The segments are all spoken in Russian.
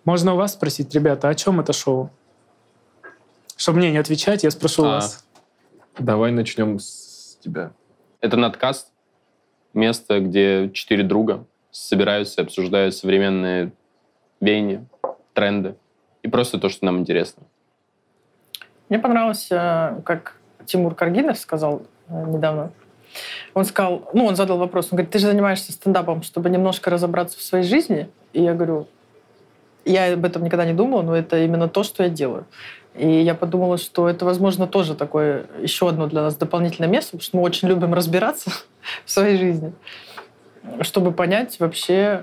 Можно у вас спросить, ребята, о чем это шоу? Чтобы мне не отвечать, я спрошу вас. Давай начнем с тебя. Это надкаст. Место, где 4 друга собираются и обсуждают современные веяния, тренды и просто то, что нам интересно. Мне понравилось, как Тимур Каргинов сказал недавно. Он сказал, он задал вопрос, он говорит, ты же занимаешься стендапом, чтобы немножко разобраться в своей жизни. И я говорю, я об этом никогда не думала, но это именно то, что я делаю. И я подумала, что это, возможно, тоже такое еще одно для нас дополнительное место, потому что мы очень любим разбираться в своей жизни, чтобы понять вообще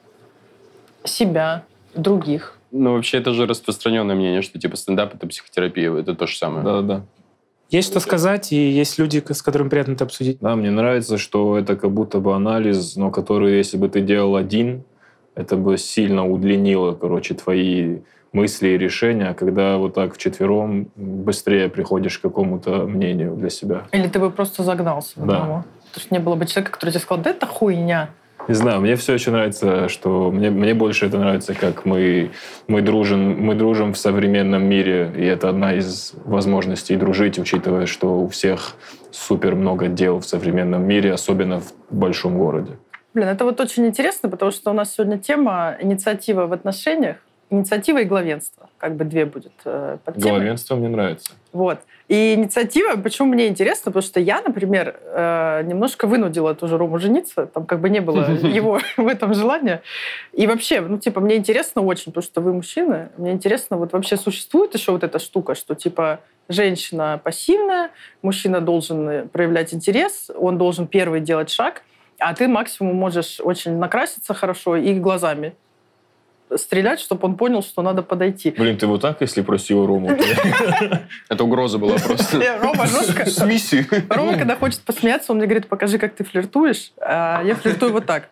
себя, других. Ну, вообще, это же распространенное мнение, что типа стендап — это психотерапия, это то же самое. Да-да-да. Есть что сказать, и есть люди, с которыми приятно это обсудить. Да, мне нравится, что это как будто бы анализ, но который, если бы ты делал один, это бы сильно удлинило, твои мысли и решения, а когда вот так вчетвером быстрее приходишь к какому-то мнению для себя. Или ты бы просто загнался в одного. Потому что не было бы человека, который тебе сказал, да это хуйня. Не знаю, мне все еще нравится, что мне больше это нравится, как мы дружим в современном мире, и это одна из возможностей дружить, учитывая, что у всех супер много дел в современном мире, особенно в большом городе. Это вот очень интересно, потому что у нас сегодня тема инициатива в отношениях, инициатива и главенство. Как бы две будет подтемы. Главенство мне нравится. Вот. И инициатива, почему мне интересно, потому что я, например, немножко вынудила тоже Рому жениться, там как бы не было его в этом желания. И вообще, мне интересно очень, потому что вы мужчины, мне интересно, вот вообще существует еще вот эта штука, что женщина пассивная, мужчина должен проявлять интерес, он должен первый делать шаг, а ты максимум можешь очень накраситься хорошо и глазами стрелять, чтобы он понял, что надо подойти. Блин, ты вот так, если просил Рому? Это угроза была просто. Рома жестко. С миссией. Рома, когда хочет посмеяться, он мне говорит, покажи, как ты флиртуешь. А я флиртую вот так.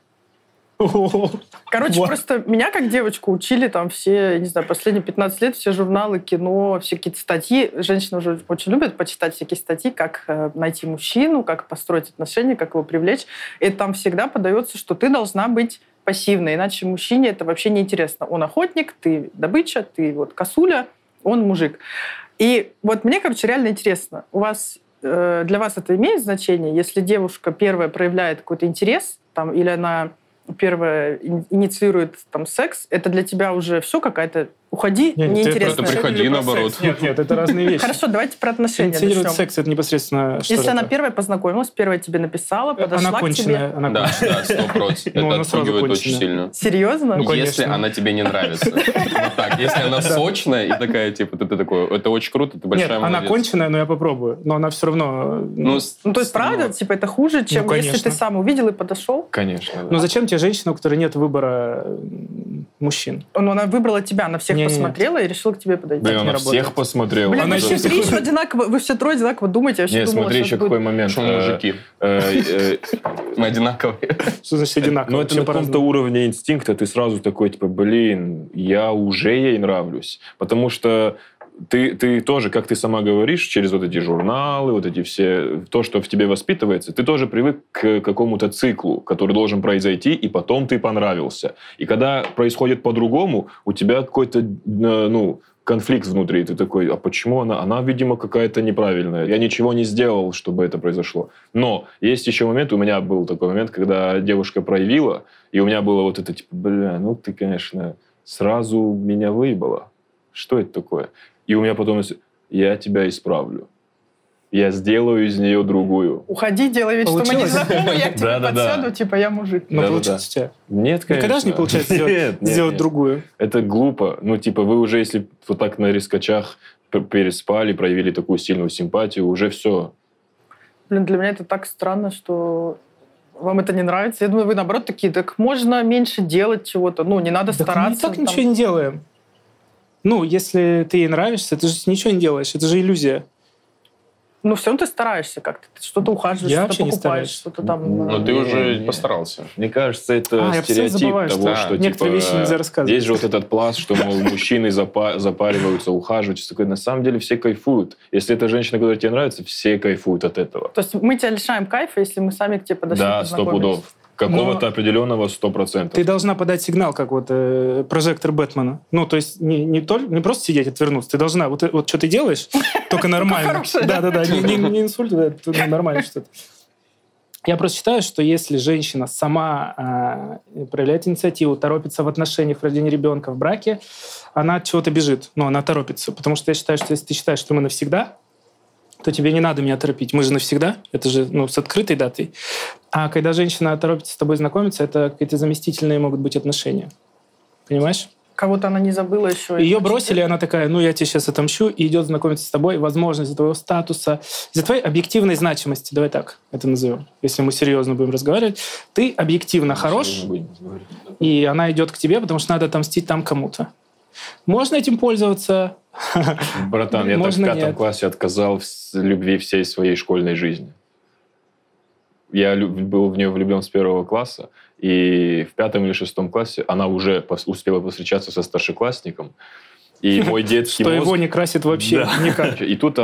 Просто меня как девочку учили все, не знаю, последние 15 лет все журналы, кино, все какие-то статьи. Женщины уже очень любят почитать всякие статьи, как найти мужчину, как построить отношения, как его привлечь. И там всегда подается, что ты должна быть пассивной, иначе мужчине это вообще не интересно. Он охотник, ты добыча, ты косуля, он мужик. И вот мне, реально интересно, для вас это имеет значение, если девушка первая проявляет какой-то интерес, или она первая инициирует секс, это для тебя уже все какая-то уходи, неинтересно. Просто приходи, наоборот. Нет, это разные вещи. Хорошо, давайте про отношения начнем. Инициировать секс — это непосредственно что-то. Если она первая познакомилась, первая тебе написала, подошла к тебе. Да, 100%. Это отпугивает очень сильно. Серьезно? Если она тебе не нравится. Если она сочная и такая, ты такой, это очень круто, ты большая молодец. Нет, она конченая, но я попробую. Но она все равно... То есть, правда, это хуже, чем если ты сам увидел и подошел? Конечно. Но зачем тебе женщина, у которой нет выбора мужчин? Она выбрала тебя, она всех посмотрела и решила к тебе подойти. Блин, она всех посмотрела. Блин, вы все трое одинаково думаете. Нет, смотри еще какой момент. Что мужики? Мы одинаковые. Что значит одинаково? Это на каком-то уровне инстинкта. Ты сразу такой, я уже ей нравлюсь. Потому что ты тоже, как ты сама говоришь, через эти журналы, эти все, то, что в тебе воспитывается, ты тоже привык к какому-то циклу, который должен произойти, и потом ты понравился. И когда происходит по-другому, у тебя какой-то, конфликт внутри. Ты такой, а почему она? Она, видимо, какая-то неправильная. Я ничего не сделал, чтобы это произошло. Но есть еще момент, у меня был такой момент, когда девушка проявила, и у меня было это, ты, конечно, сразу меня выебала. Что это такое? И у меня потом, я тебя исправлю. Я сделаю из нее другую. Уходи, делай вид, что мы не знакомы, я к тебе подсяду, я мужик. Но получится у тебя? Нет, конечно. Никогда же не получается сделать другую. Это глупо. Вы уже, если вот так на рискачах переспали, проявили такую сильную симпатию, уже все. Блин, для меня это так странно, что вам это не нравится. Я думаю, вы, наоборот, такие, так можно меньше делать чего-то. Не надо стараться. Мы так ничего не делаем. Если ты ей нравишься, ты же ничего не делаешь. Это же иллюзия. Все равно ты стараешься как-то. Ты что-то ухаживаешь, я что-то покупаешь, что-то там... Но ты уже постарался. Мне кажется, это стереотип того, что некоторые вещи нельзя рассказывать. Есть же этот пласт, что, мужчины запариваются, ухаживают. На самом деле все кайфуют. Если это женщина, которая тебе нравится, все кайфуют от этого. То есть мы тебя лишаем кайфа, если мы сами к тебе подошли, да, 100 пудов. Какого-то определенного 100%. Ты должна подать сигнал, как вот прожектор Бэтмена. Ну, то есть не просто сидеть, отвернуться. Ты должна... Вот что ты делаешь, только нормально. Да-да-да, не инсульт, это нормально что-то. Я просто считаю, что если женщина сама проявляет инициативу, торопится в отношениях, в рождении ребенка, в браке, она от чего-то бежит. Но она торопится. Потому что я считаю, что если ты считаешь, что мы навсегда, то тебе не надо меня торопить. Мы же навсегда. Это же с открытой датой. А когда женщина торопится с тобой знакомиться, это какие-то заместительные могут быть отношения. Понимаешь? Кого-то она не забыла еще. Ее бросили, она такая, я тебе сейчас отомщу, и идет знакомиться с тобой, возможно, из-за твоего статуса, из-за твоей объективной значимости, давай так это назовем, если мы серьезно будем разговаривать. Ты объективно хорош, и она идет к тебе, потому что надо отомстить там кому-то. Можно этим пользоваться. Братан, я так в 5 классе отказал в любви всей своей школьной жизни. Я был в нее влюблен с 1 класса, и в 5 или 6 классе она уже успела повстречаться со старшеклассником. И мой детский мозг... Что его не красит вообще никак. И тут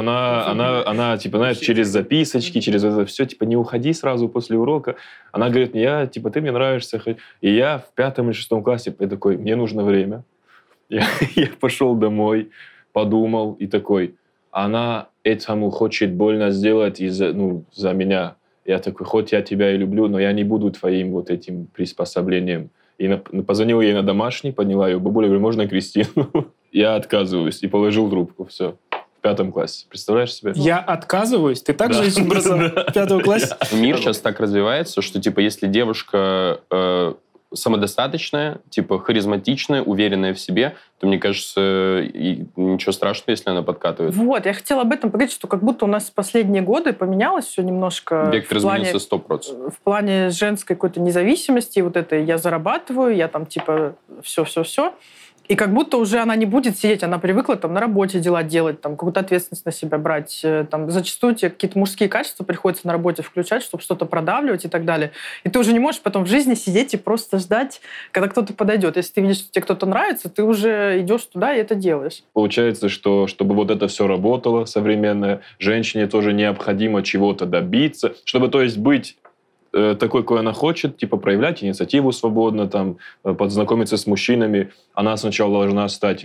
она, типа, знаешь, через записочки, через это все, типа, не уходи сразу после урока. Она говорит, ты мне нравишься. И я в 5 или 6 классе такой, мне нужно время. Я пошел домой, подумал и такой, она этому хочет больно сделать за меня. Я такой, хоть я тебя и люблю, но я не буду твоим вот этим приспособлением. И позвонил ей на домашний, подняла ее бабуля, говорю, можно Кристину? Я отказываюсь. И положил трубку. Все. В 5 классе. Представляешь себе? Я отказываюсь? Ты так же бросал в 5 классе? Мир сейчас так развивается, что, типа, если девушка самодостаточная, типа, харизматичная, уверенная в себе, то, мне кажется, ничего страшного, если она подкатывает. Вот, я хотела об этом поговорить, что как будто у нас в последние годы поменялось все немножко. Вектор изменился 100%. В плане женской какой-то независимости, вот это я зарабатываю, я там, типа, все. И как будто уже она не будет сидеть, она привыкла там на работе дела делать, там какую-то ответственность на себя брать. Там, зачастую тебе какие-то мужские качества приходится на работе включать, чтобы что-то продавливать и так далее. И ты уже не можешь потом в жизни сидеть и просто ждать, когда кто-то подойдет. Если ты видишь, что тебе кто-то нравится, ты уже идешь туда и это делаешь. Получается, что чтобы вот это все работало современное, женщине тоже необходимо чего-то добиться, чтобы, то есть, быть такой, какой она хочет, типа проявлять инициативу свободно, там, познакомиться с мужчинами. Она сначала должна стать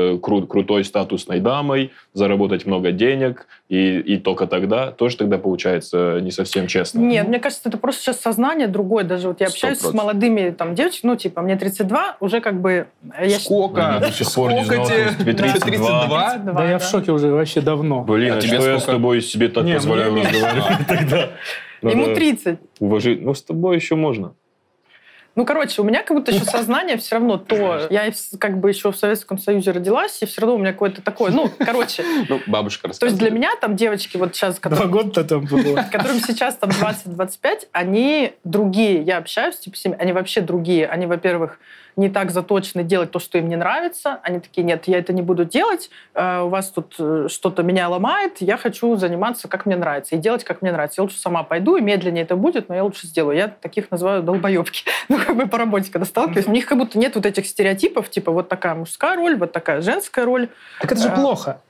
крутой статусной дамой, заработать много денег, и только тогда, тоже тогда получается не совсем честно. Нет, мне кажется, это просто сейчас сознание другое. Даже вот я общаюсь 100%. С молодыми там девочками, мне 32, уже как бы... Сколько? До сих пор не знал, что тебе 32? Да я в шоке уже вообще давно. Блин, а что я с тобой себе так позволяю разговаривать тогда? Ему 30. Уважить. С тобой еще можно. У меня как будто еще сознание все равно то. Я как бы еще в Советском Союзе родилась, и все равно у меня какое-то такое, бабушка рассказывает. То есть для меня там девочки вот сейчас... 2 года там было. Которым сейчас там 20-25, они другие. Я общаюсь типа с ними, они вообще другие. Они, во-первых, не так заточены делать то, что им не нравится. Они такие, нет, я это не буду делать, у вас тут что-то меня ломает, я хочу заниматься, как мне нравится, и делать, как мне нравится. Я лучше сама пойду, и медленнее это будет, но я лучше сделаю. Я таких называю долбоебки. По работе, когда сталкиваюсь. У них как будто нет вот этих стереотипов, типа вот такая мужская роль, вот такая женская роль. Так это же плохо.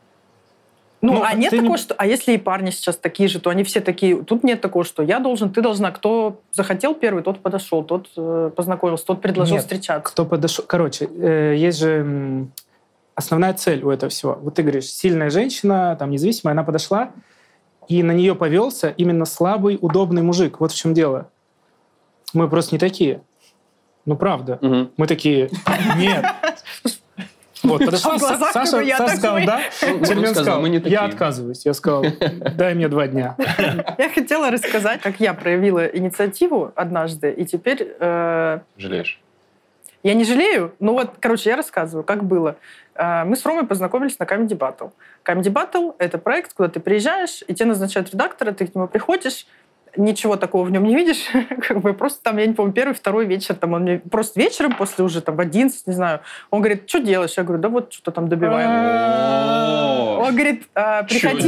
Нет такого, что... А если и парни сейчас такие же, то они все такие... Тут нет такого, что я должен, ты должна. Кто захотел первый, тот подошел, тот познакомился, тот предложил встречаться. Кто подошел... Короче, есть же основная цель у этого всего. Вот ты говоришь, сильная женщина, там, независимая, она подошла, и на нее повелся именно слабый, удобный мужик. Вот в чем дело. Мы просто не такие. Правда. Угу. Мы такие... Нет. Вот, подошел Саша сказал, да? Чермен сказал, я отказываюсь. Я сказал, дай мне 2 дня. Я хотела рассказать, как я проявила инициативу однажды, и теперь... Жалеешь? Я не жалею, я рассказываю, как было. Мы с Ромой познакомились на Comedy Battle. Comedy Battle — это проект, куда ты приезжаешь, и тебе назначают редактора, ты к нему приходишь, ничего такого в нем не видишь, просто там, я не помню, 1-2 вечер, там он мне просто вечером, после уже там в 11, не знаю, он говорит, что делаешь? Я говорю, да вот что-то там добиваем. Он говорит, Что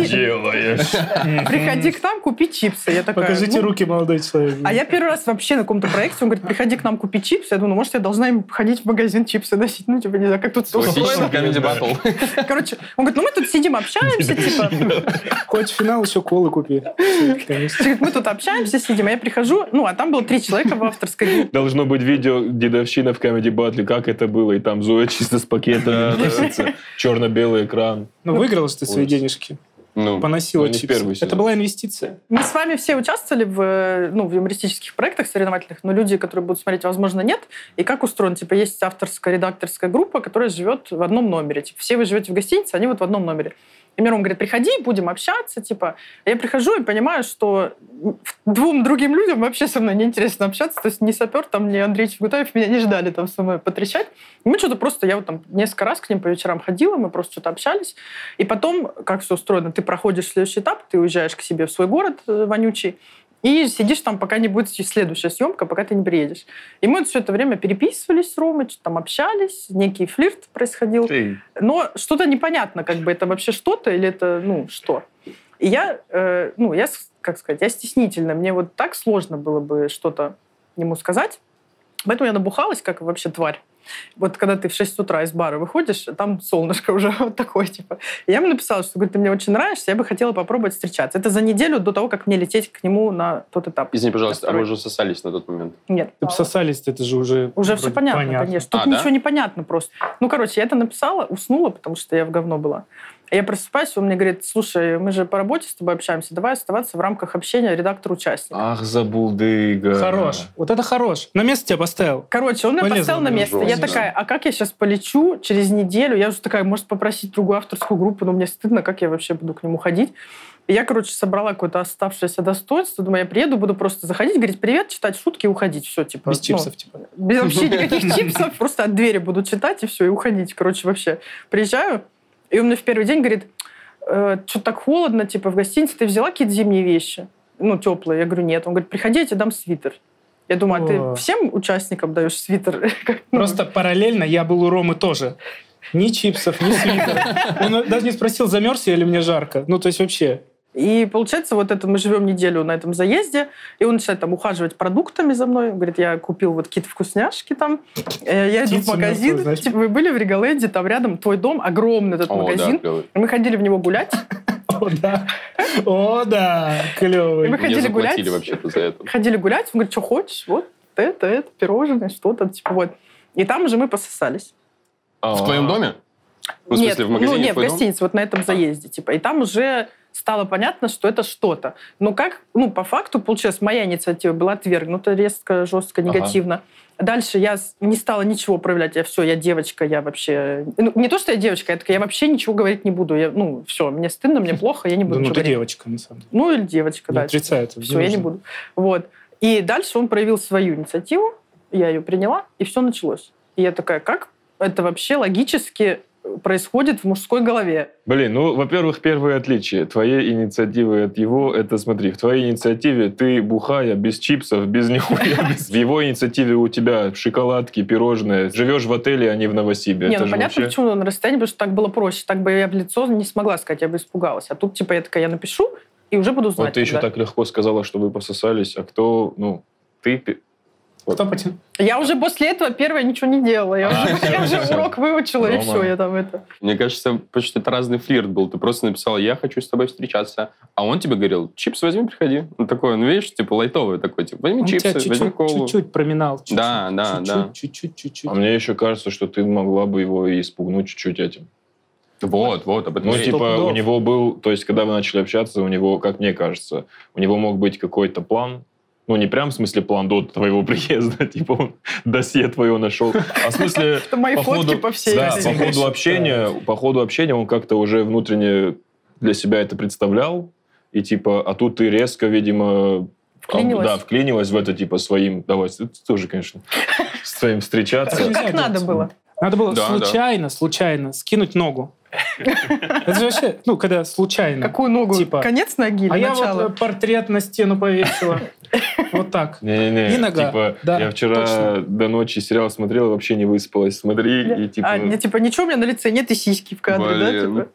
делаешь? приходи к нам, купи чипсы. Я такая, Покажите руки, молодой человек. А я первый раз вообще на каком-то проекте, он говорит, приходи к нам купить чипсы. Я думаю, может, я должна им ходить в магазин чипсы носить. Ну, типа, не знаю, как тут все Классический устроено. Comedy Battle. Короче, он говорит, ну мы тут сидим, общаемся, типа. Хочешь финал, еще колы купи. Конечно. Говорит, мы тут общаемся, сидим. А я прихожу, ну, а там было 3 человека в авторской группе. Должно быть видео дедовщина в Comedy Battle, как это было, и там Зоя чисто с пакета, черно-белый экран. Ну, выиграла же ты свои денежки. Ну, Поносила не чипсы. первый сезон. Это была инвестиция. Мы с вами все участвовали в юмористических проектах соревновательных, но люди, которые будут смотреть, возможно, нет. И как устроено? Типа, есть авторская, редакторская группа, которая живет в одном номере. Типа, все вы живете в гостинице, они вот в одном номере. И Мирон говорит, приходи, будем общаться, типа. А я прихожу и понимаю, что 2 другим людям вообще со мной неинтересно общаться. То есть ни Сапер, там, ни Андрей Чевгутаев меня не ждали там со мной потрещать. И мы что-то просто, я вот там несколько раз к ним по вечерам ходила, мы просто что-то общались. И потом, как все устроено, ты проходишь следующий этап, ты уезжаешь к себе в свой город вонючий, и сидишь там, пока не будет следующая съемка, пока ты не приедешь. И мы вот все это время переписывались с Ромой, что-то там общались, некий флирт происходил. Но что-то непонятно, как бы это вообще что-то или это, что. И я стеснительна. Мне вот так сложно было бы что-то ему сказать. Поэтому я набухалась, как вообще тварь. Вот когда ты в 6 утра из бара выходишь, там солнышко уже вот такое, типа. И я ему написала, что, говорит, ты мне очень нравишься, я бы хотела попробовать встречаться. Это за неделю до того, как мне лететь к нему на тот этап. Извини, пожалуйста, а вы уже сосались на тот момент? Нет. Обсосались, это же уже... Уже все понятно, конечно. Тут ничего не понятно просто. Ну, короче, я это написала, уснула, потому что я в говно была. А я просыпаюсь, он мне говорит, слушай, мы же по работе с тобой общаемся, давай оставаться в рамках общения редактор-участник. Ах, забулдыга. Хорош. Вот это хорош. На место тебя поставил. Короче, он меня поставил на место. Я такая, а как я сейчас полечу через неделю? Я уже такая, может, попросить другую авторскую группу, но мне стыдно, как я вообще буду к нему ходить. И я, собрала какое-то оставшееся достоинство. Думаю, я приеду, буду просто заходить, говорить привет, читать шутки и уходить. Все, типа. Без чипсов, типа. Без вообще никаких чипсов. Просто от двери буду читать и все, и уходить. Вообще. Приезжаю, и он мне в первый день говорит, что так холодно, типа, в гостинице ты взяла какие-то зимние вещи? Теплые. Я говорю, нет. Он говорит, приходи, я тебе дам свитер. Я думаю, а ты всем участникам даешь свитер? Просто параллельно я был у Ромы тоже. Ни чипсов, ни свитера. Он даже не спросил, замерз я или мне жарко. То есть вообще... И получается, вот это мы живем неделю на этом заезде, и он начинает там ухаживать продуктами за мной. Он говорит, я купил вот какие-то вкусняшки там. Я иду в магазин. Мертвый, типа, вы были в Ригаленде, там рядом твой дом, огромный этот магазин. Да, мы ходили в него гулять. О, да, клевый. Мы ходили гулять. Вообще-то за это. Ходили гулять, он говорит, что хочешь? Вот это, пирожное, что-то, типа вот. И там уже мы пососались. В твоем доме? В смысле, в магазине? Нет, в гостинице, вот на этом заезде. Типа. И там уже стало понятно, что это что-то. Но по факту, получилось, моя инициатива была отвергнута резко, жестко, негативно. Дальше я не стала ничего проявлять. Я девочка, я вообще... не то, что я девочка, я вообще ничего говорить не буду. Все, мне стыдно, мне плохо, я не буду ничего говорить. Ты девочка, на самом деле. Или девочка, да. Не отрицаю это. Все, я не буду. Вот. И дальше он проявил свою инициативу, я ее приняла, и все началось. И я такая, как это вообще логически происходит в мужской голове? Во-первых, первое отличие твоей инициативы от его, это, смотри, в твоей инициативе ты бухая, без чипсов, без нихуя. В его инициативе у тебя шоколадки, пирожные. Живешь в отеле, а не в Новосибе. Понятно, почему на расстоянии, потому что так было проще. Так бы я в лицо не смогла сказать, я бы испугалась. А тут, я напишу, и уже буду знать. Вот ты еще так легко сказала, что вы пососались, а кто, ты... Кто потянул? Я уже после этого первое ничего не делала. Я уже урок выучила, и все, я там это... Мне кажется, что это разный флирт был. Ты просто написала, я хочу с тобой встречаться. А он тебе говорил, чипс возьми, приходи. Он такой, видишь, лайтовый такой, возьми чипсы, возьми колу. Чуть-чуть проминал. Да. Чуть-чуть. А мне еще кажется, что ты могла бы его и испугнуть чуть-чуть этим. Вот, об этом. У него был... То есть, когда вы начали общаться, у него, как мне кажется, у него мог быть какой-то план. Не прям в смысле план до твоего приезда, он досье твое нашел. А в смысле... Это мои фотки по всей... Да, по ходу общения он как-то уже внутренне для себя это представлял. И а тут ты резко, видимо... Вклинилась в это, своим... Давай, ты тоже, конечно, с твоим встречаться. Как надо было. Надо было случайно скинуть ногу. Это же вообще, когда случайно. Какую ногу? Конец ноги или начало? Я портрет на стену повесила. Вот так. Не-не-не. И нога. Я вчера до ночи сериал смотрел, вообще не выспалась. Смотри, и ничего у меня на лице нет, и сиськи в кадре, да?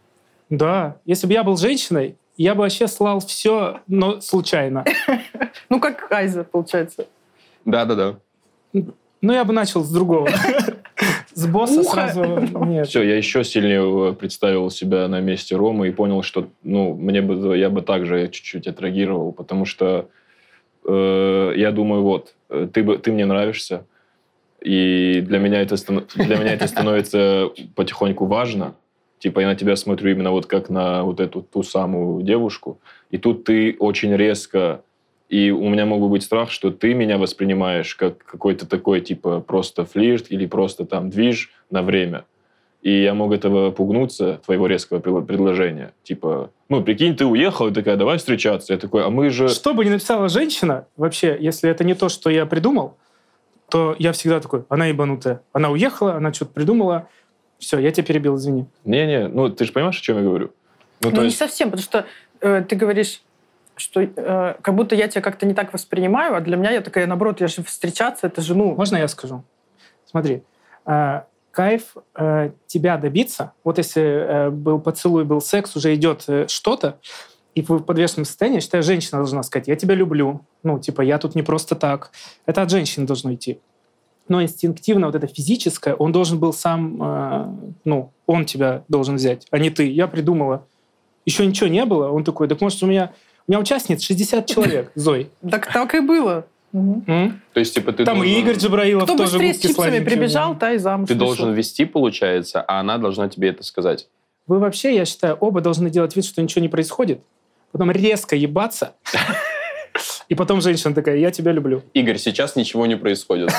Да. Если бы я был женщиной, я бы вообще слал все, но случайно. Ну, как Айза, получается. Да-да-да. Ну, я бы начал с другого. С босса сразу нет. Все, я еще сильнее представил себя на месте Ромы и понял, что я бы также чуть-чуть отреагировал, потому что я думаю, ты мне нравишься, и для меня это становится потихоньку важно. Типа я на тебя смотрю именно вот как на вот эту ту самую девушку, и тут ты очень резко, и у меня мог бы быть страх, что ты меня воспринимаешь как какой-то такой типа просто флирт или просто там движ на время. И я мог этого пугнуться, твоего резкого предложения. Типа, прикинь, ты уехал, и такая, давай встречаться. Я такой, а мы же... Что бы ни написала женщина, вообще, если это не то, что я придумал, то я всегда такой, она ебанутая. Она уехала, она что-то придумала. Все, я тебя перебил, извини. Не-не, ты же понимаешь, о чем я говорю? Не совсем, потому что ты говоришь, что как будто я тебя как-то не так воспринимаю, а для меня я такая, наоборот, я же встречаться, это же, Можно я скажу? Смотри, кайф тебя добиться, вот если был поцелуй, был секс, уже идет что-то, и вы в подвешенном состоянии, я считаю, женщина должна сказать, я тебя люблю, я тут не просто так. Это от женщины должно идти. Но инстинктивно вот это физическое, он должен был сам, он тебя должен взять, а не ты. Я придумала. Еще ничего не было. Он такой, так может у меня участниц 60 человек, Зой. Так и было. То есть, типа, ты там должен... и Игорь Джабраилов Кто тоже быстрее с чипсами прибежал, та и замуж. Ты должен вести, получается, а она должна тебе это сказать. Вы вообще, я считаю, оба должны делать вид, что ничего не происходит, потом резко ебаться, и потом женщина такая, я тебя люблю. Игорь, сейчас ничего не происходит.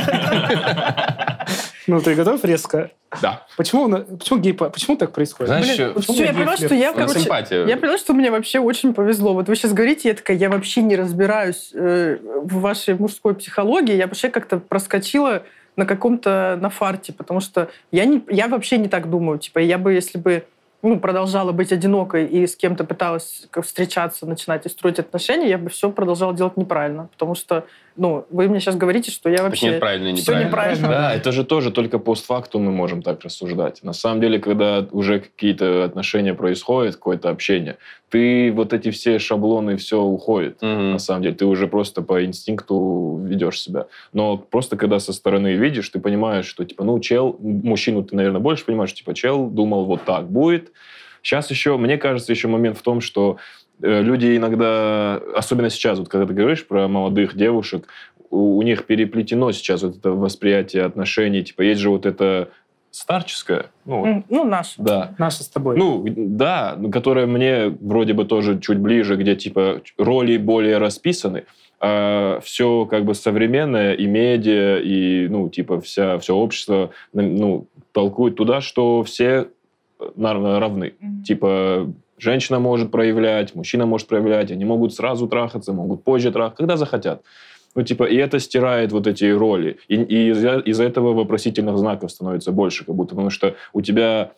Ты готов резко? Да. Почему так происходит? Знаешь, я поняла, что я поняла, что мне вообще очень повезло. Вот вы сейчас говорите, я такая, я вообще не разбираюсь в вашей мужской психологии. Я вообще как-то проскочила на фарте, потому что я вообще не так думаю. Типа, я бы, если бы продолжала быть одинокой и с кем-то пыталась встречаться, начинать и строить отношения, я бы все продолжала делать неправильно. Потому что, вы мне сейчас говорите, что я вообще... Нет, правильно и все неправильно. Да, это же тоже только постфактум мы можем так рассуждать. На самом деле, когда уже какие-то отношения происходят, какое-то общение, ты вот эти все шаблоны, все уходит. На самом деле, ты уже просто по инстинкту ведешь себя. Но просто когда со стороны видишь, ты понимаешь, что мужчину ты, наверное, больше понимаешь, чел думал, вот так будет. Сейчас еще, мне кажется, еще момент в том, что люди иногда, особенно сейчас, вот когда ты говоришь про молодых девушек, у них переплетено сейчас вот это восприятие отношений. Есть же вот это старческое. Наше. Да. Наше с тобой. Да, которое мне вроде бы тоже чуть ближе, где роли более расписаны, а все как бы современное, и медиа, и все общество толкует туда, что все равны. Женщина может проявлять, мужчина может проявлять, они могут сразу трахаться, могут позже трахаться, когда захотят. И это стирает вот эти роли. И из-за этого вопросительных знаков становится больше, как будто, потому что у тебя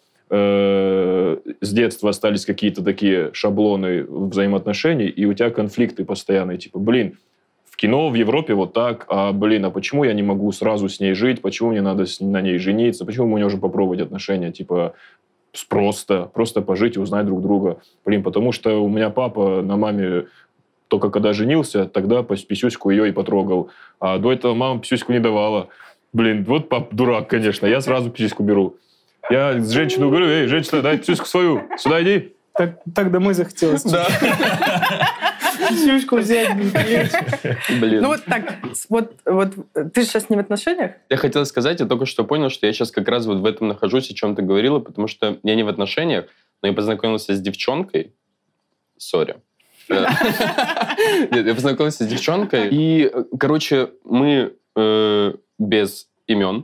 с детства остались какие-то такие шаблоны взаимоотношений, и у тебя конфликты постоянные. В кино в Европе вот так, а почему я не могу сразу с ней жить, почему мне надо на ней жениться, почему мы не можем попробовать отношения, просто пожить и узнать друг друга. Потому что у меня папа на маме только когда женился, тогда писюську ее и потрогал. А до этого мама писюську не давала. Вот папа дурак, конечно. Я сразу писюську беру. Я с женщиной говорю, эй, женщина, дай писюську свою. Сюда иди. Так домой захотелось. Да. Писюшку взять. Вот ты же сейчас не в отношениях? Я хотел сказать, я только что понял, что я сейчас как раз вот в этом нахожусь, о чем ты говорила, потому что я не в отношениях, но я познакомился с девчонкой. Сори. Нет, я познакомился с девчонкой, и, мы без имен,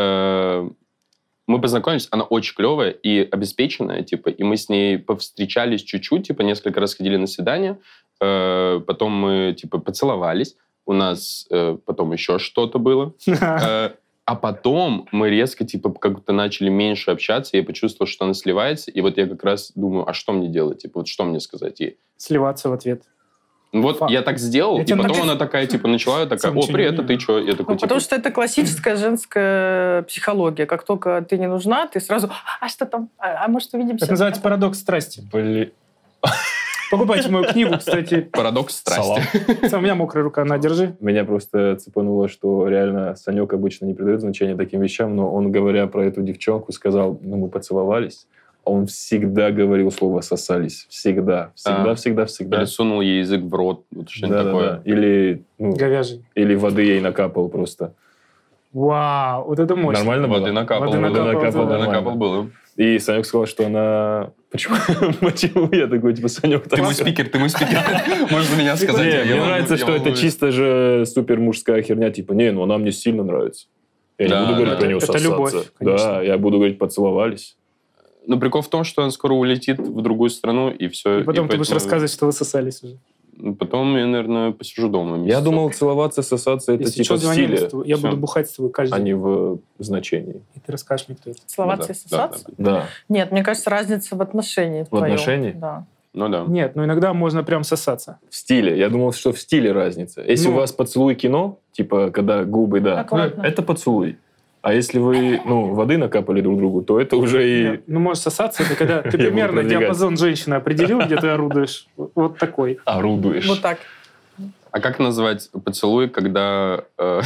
мы познакомились, она очень клевая и обеспеченная, и мы с ней повстречались чуть-чуть, несколько раз ходили на свидания, потом мы, поцеловались, у нас потом еще что-то было, а потом мы резко, как-то начали меньше общаться, я почувствовал, что она сливается, и вот я как раз думаю, а что мне делать, что мне сказать ей? Сливаться в ответ. Вот Факт. я так сделал, Я и тебе потом так- она такая, типа, начала, я такая, Сам о, ничего привет, не а ты что? Я такой, Ну, потому типа, что это классическая женская психология. Как только ты не нужна, ты сразу, а что там? А может, увидимся? Это называется парадокс страсти. Блин. Покупайте мою книгу, кстати. парадокс страсти. У меня мокрая рука, на, держи. Меня просто цепануло, что реально Санек обычно не придает значения таким вещам, но он, говоря про эту девчонку, сказал, ну, мы поцеловались, а он всегда говорил слово «сосались». Всегда. Всегда, А. всегда, всегда. Или сунул ей язык в рот, вот что-нибудь такое. Да. Или, ну, Говяжий. или воды ей накапал просто. Вау, вот это мощно. Нормально было? Воды накапал, Воды накапал, да. накапал было. И Санек сказал, что она... Почему? Почему? Я такой, типа, Санек... Ты мой спикер. Можно меня сказать? Не, Я мне волнуюсь, нравится, я что это волнуюсь. чисто же супер мужская херня. Типа, не, ну она мне сильно нравится. Я Да, не буду говорить да, про нее это сосаться. любовь, конечно. Да, я буду говорить поцеловались. Но прикол в том, что он скоро улетит в другую страну, и все. И потом ты будешь рассказывать, что вы сосались уже. Потом я, наверное, посижу дома. Я месяцок. думал, целоваться, сосаться, это Если типа что, в звони, стиле, я Всё. буду бухать с тобой каждый а день. не в значении. И ты расскажешь мне, кто это. Целоваться и Ну да, сосаться? Да. Нет, мне кажется, разница в отношении. В отношении? Да. Ну да. Нет, ну иногда можно прям сосаться. В стиле. Я думал, что в стиле разница. Если Ну. у вас поцелуй кино, типа, когда губы, да, Аккуратно. это поцелуй. А если вы, ну, воды накапали друг другу, то это уже и... Нет, ну, можешь сосаться, это когда ты Я буду примерно продвигать. диапазон женщины определил, где ты орудуешь. Вот такой. орудуешь. Вот так. А как назвать поцелуй, когда,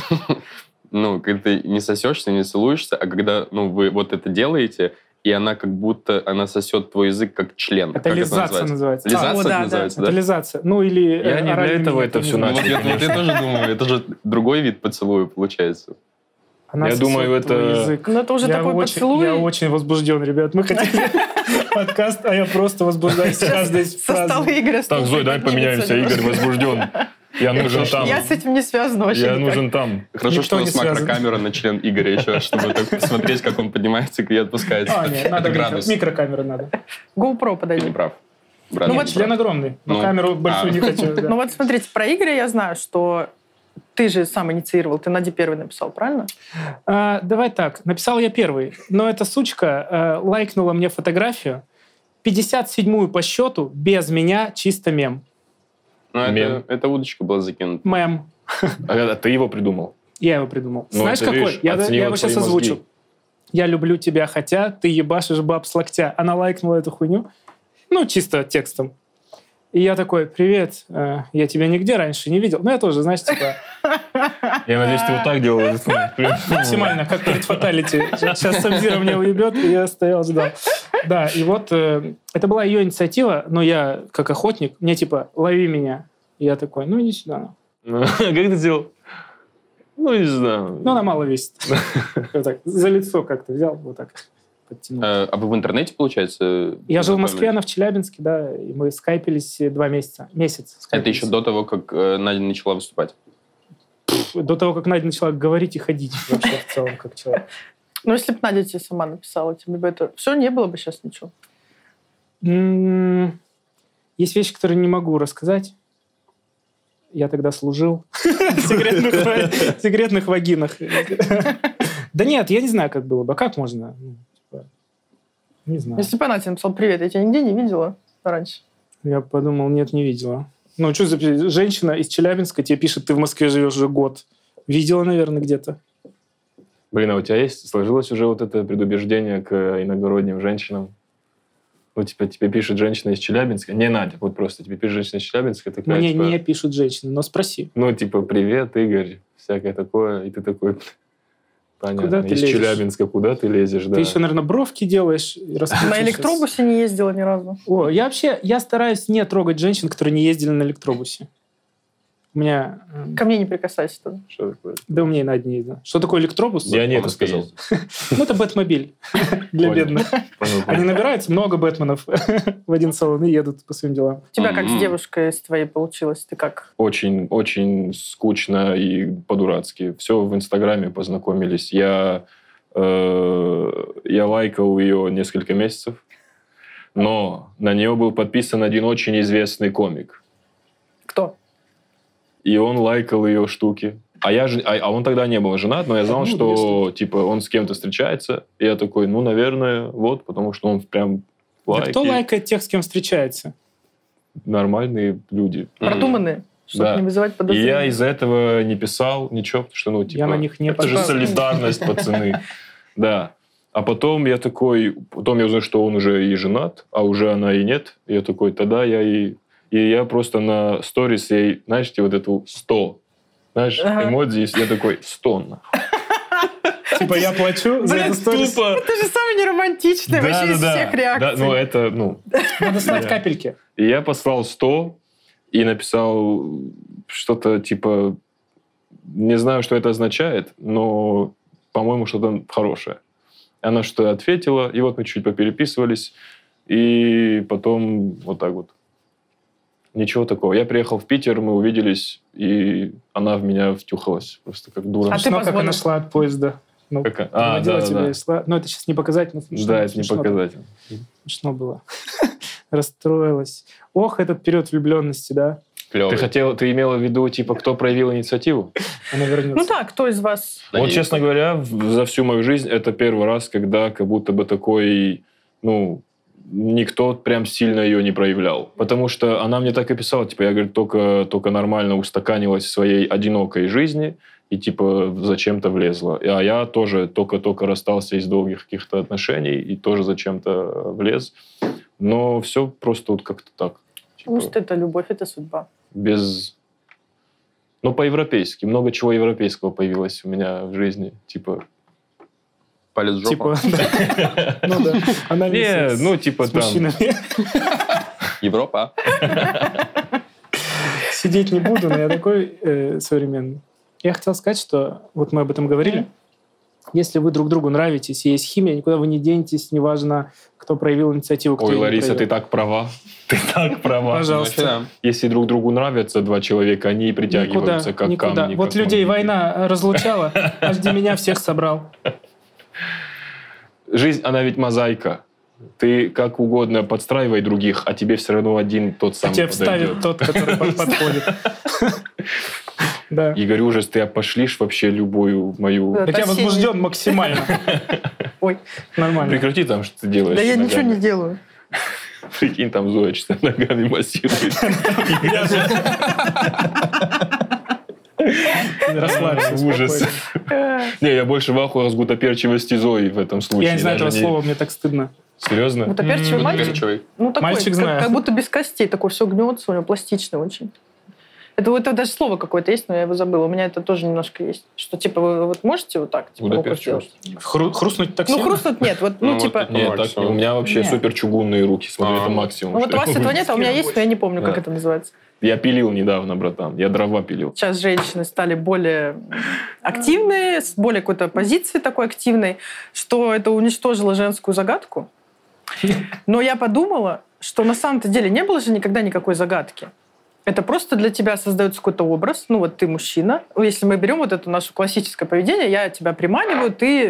ну, когда ты не сосешься, не целуешься, а когда, ну, вы вот это делаете, и она как будто, она сосет твой язык как член. Это Как лизация называется? называется. Лизация О, это да, называется, Это да? лизация. Ну, или... Я не для оральный этого минет, это я не всё знаю. начал. Вот я тоже думаю, это же другой вид поцелуя получается. Она Я сосет думаю, твой это- язык. Ну, это уже такой поцелуй. Я очень возбужден, ребят. Мы хотим подкаст, а я просто возбуждаюсь каждой Со фразы. стола Игоря Так, Зой, давай поднимется поменяемся. немножко. Игорь возбужден. Я нужен там. Я с этим не связана вообще Я никак. нужен там. Хорошо, Никто что у не нас связан. макрокамера на член Игоря еще, чтобы так посмотреть, как он поднимается и отпускается. А, нет, надо Это градус. микрокамеры надо. GoPro Ты подойди. не прав. Брат, Ну ты вот не Член прав. огромный, но Ну, камеру большую не хочу. да. Ну вот смотрите, про Игоря я знаю, что ты же сам инициировал, ты Наде первый написал, правильно? Давай так, написал я первый, но эта сучка лайкнула мне фотографию, 57-ю по счету, без меня, чисто мем. Ну, Мем. это удочка была закинута. Мем. А ты его придумал. Я его придумал. Ну, Знаешь, это, какой? видишь, Я оценила его сейчас твои озвучу. мозги. Я люблю тебя, хотя ты ебашишь баб с локтя. Она лайкнула эту хуйню. Ну, чисто текстом. И я такой, привет, я тебя нигде раньше не видел. Ну, я тоже, знаешь, типа, Я надеюсь, ты вот так делал. максимально, как перед фаталити. Сейчас Сабзира меня уебет, и я стоял, ждал. Да, и вот это была ее инициатива, но я, как охотник, мне типа, лови меня. И я такой, ну, иди сюда. Как ты сделал? Ну, не знаю. Ну, она мало весит. Вот так, за лицо как-то взял, вот так подтянул. А вы в интернете, получается? Я жил в Москве, знакомились? она в Челябинске, да, и мы скайпились 2 месяца. Месяц. Это скайпились. еще до того, как Надя начала выступать. До того, как Надя начала говорить и ходить вообще в целом, как человек. Ну, если бы Надя тебе сама написала, тебе бы это... Все, не было бы сейчас ничего. Есть вещи, которые не могу рассказать. Я тогда служил в секретных вагинах. Да нет, я не знаю, как было бы. А как можно? Ну, типа, не знаю. Если бы она тебе написала, привет, я тебя нигде не видела раньше. Я подумал, нет, не видела. Ну, что за женщина из Челябинска тебе пишет, ты в Москве живешь уже год. Видела, наверное, где-то. Блин, а у тебя сложилось уже вот это предубеждение к иногородним женщинам? Ну, типа, тебе пишет женщина из Челябинска. Не, Надя, вот просто тебе пишет женщина из Челябинска. Такая, Мне типа, не пишут женщины, но спроси. ну, типа, привет, Игорь, всякое такое. И ты такой, понятно, Куда ты из лезешь? Челябинска куда ты лезешь, да. Ты еще, наверное, бровки делаешь. И На раскручиваешь. электробусе не ездила ни разу. О, я стараюсь не трогать женщин, которые не ездили на электробусе. У меня... Ко мне не прикасайся тогда. Что такое? Да у меня и на одни. Да. Что такое электробус? Я не По это Москве сказал. ездит. Ну, это Бэтмобиль для Понял. бедных. Понял, Они понял. набираются, много Бэтменов в один салон и едут по своим делам. У тебя как с Мгм. девушкой с твоей получилось? Ты как? Очень, очень скучно и по-дурацки. Все в Инстаграме познакомились. Я лайкал ее несколько месяцев, но на нее был подписан один очень известный комик. Кто? И он лайкал ее штуки. А он тогда не был женат, но я знал, Ну, что типа он с кем-то встречается. И я такой, ну, наверное, вот, потому что он прям Да лайки. кто лайкает тех, с кем встречается? нормальные люди. Продуманные, чтобы не вызывать И подозрения. я из-за этого не писал ничего, потому что, Я на них не это же подписывался. солидарность, пацаны. Да. А потом я узнал, что он уже и женат, а уже она и нет. И я такой, тогда и я просто на сторис ей, знаешь, вот эту 100, знаешь, эмодзи, я такой, 100, нахуй. Типа я плачу за эту сторис. тупо. Это же самый неромантичный вообще из всех реакций. Да, это, Надо слать капельки. И я послал 100 и написал что-то типа, не знаю, что это означает, но, по-моему, что-то хорошее. Она что-то ответила, и вот мы чуть попереписывались, и потом вот так вот. Ничего такого. Я приехал в Питер, мы увиделись, и она в меня втюхалась просто как дура. А ты Смешно, как позвонил? она шла от поезда. Ну, проводила тебя и шла. Ну, это сейчас не показательно. Да, это не показательно. Смешно было. Расстроилась. Ох, этот период влюбленности, да? Клёвый. Ты имела в виду, типа, кто проявил инициативу? Она вернется. Ну да, кто из вас? Вот, честно говоря, за всю мою жизнь это первый раз, когда как будто бы такой, никто прям сильно ее не проявлял. Потому что она мне так и писала, типа, я, говорю, только нормально устаканилась в своей одинокой жизни и, типа, зачем-то влезла. А я тоже только расстался из долгих каких-то отношений и тоже зачем-то влез. Но все просто вот как-то так. Потому что это любовь, это судьба. По-европейски. Много чего европейского появилось у меня в жизни. Типа... Палец в жопу. Типа, ну да. Она типа с там... мужчинами. Европа. Сидеть не буду, но я такой современный. Я хотел сказать, что вот мы об этом говорили. Если вы друг другу нравитесь и есть химия, никуда вы не денетесь, неважно, кто проявил инициативу, кто Ой, ее не Лариса, проявил. ты так права. Ты так права. Пожалуйста. Если друг другу нравятся два человека, они и притягиваются, как никуда. камни. Вот как людей магниты. война разлучала, а жди меня всех собрал. Жизнь, она ведь мозаика. Ты как угодно подстраивай других, а тебе все равно один тот самый Тебе подойдет. вставит тот, который подходит. Да. Игорь, ужас, ты опошлишь вообще любую мою... Да. Так я Осенний. возбужден максимально. Ой, Нормально. Прекрати там, что ты делаешь. да я ничего ногами. не делаю. Прикинь, там Зоя что ногами массирует. Расслабься. Ужас. спокойно. Не, я больше в ахуе с гутоперчивости Зои в этом случае. Я не знаю этого Даже слова, мне так стыдно. Серьезно? Гутоперчивый мальчик? Горячевый. Ну, такой, Мальчик знаю. как будто без костей, такой все гнется, у него пластичный очень. Это даже слово какое-то есть, но я его забыла. У меня это тоже немножко есть. Что, типа, вы вот можете вот так, типа, руку Гутоперчивость. сделать? Хрустнуть так Ну, сильно? хрустнуть нет. Вот, Ну, типа... вот Нет, так, максимум. у меня вообще Нет. супер чугунные руки. Смотри, это максимум. Ну, вот у что вас я этого могу. нет, а у меня есть, но я не помню, как Да. это называется. Я пилил недавно, братан. Я дрова пилил. Сейчас женщины стали более активные, с более какой-то позиции такой активной, что это уничтожило женскую загадку. Но я подумала, что на самом-то деле не было же никогда никакой загадки. Это просто для тебя создается какой-то образ. Ну, вот ты мужчина. Если мы берем вот это наше классическое поведение, я тебя приманиваю, ты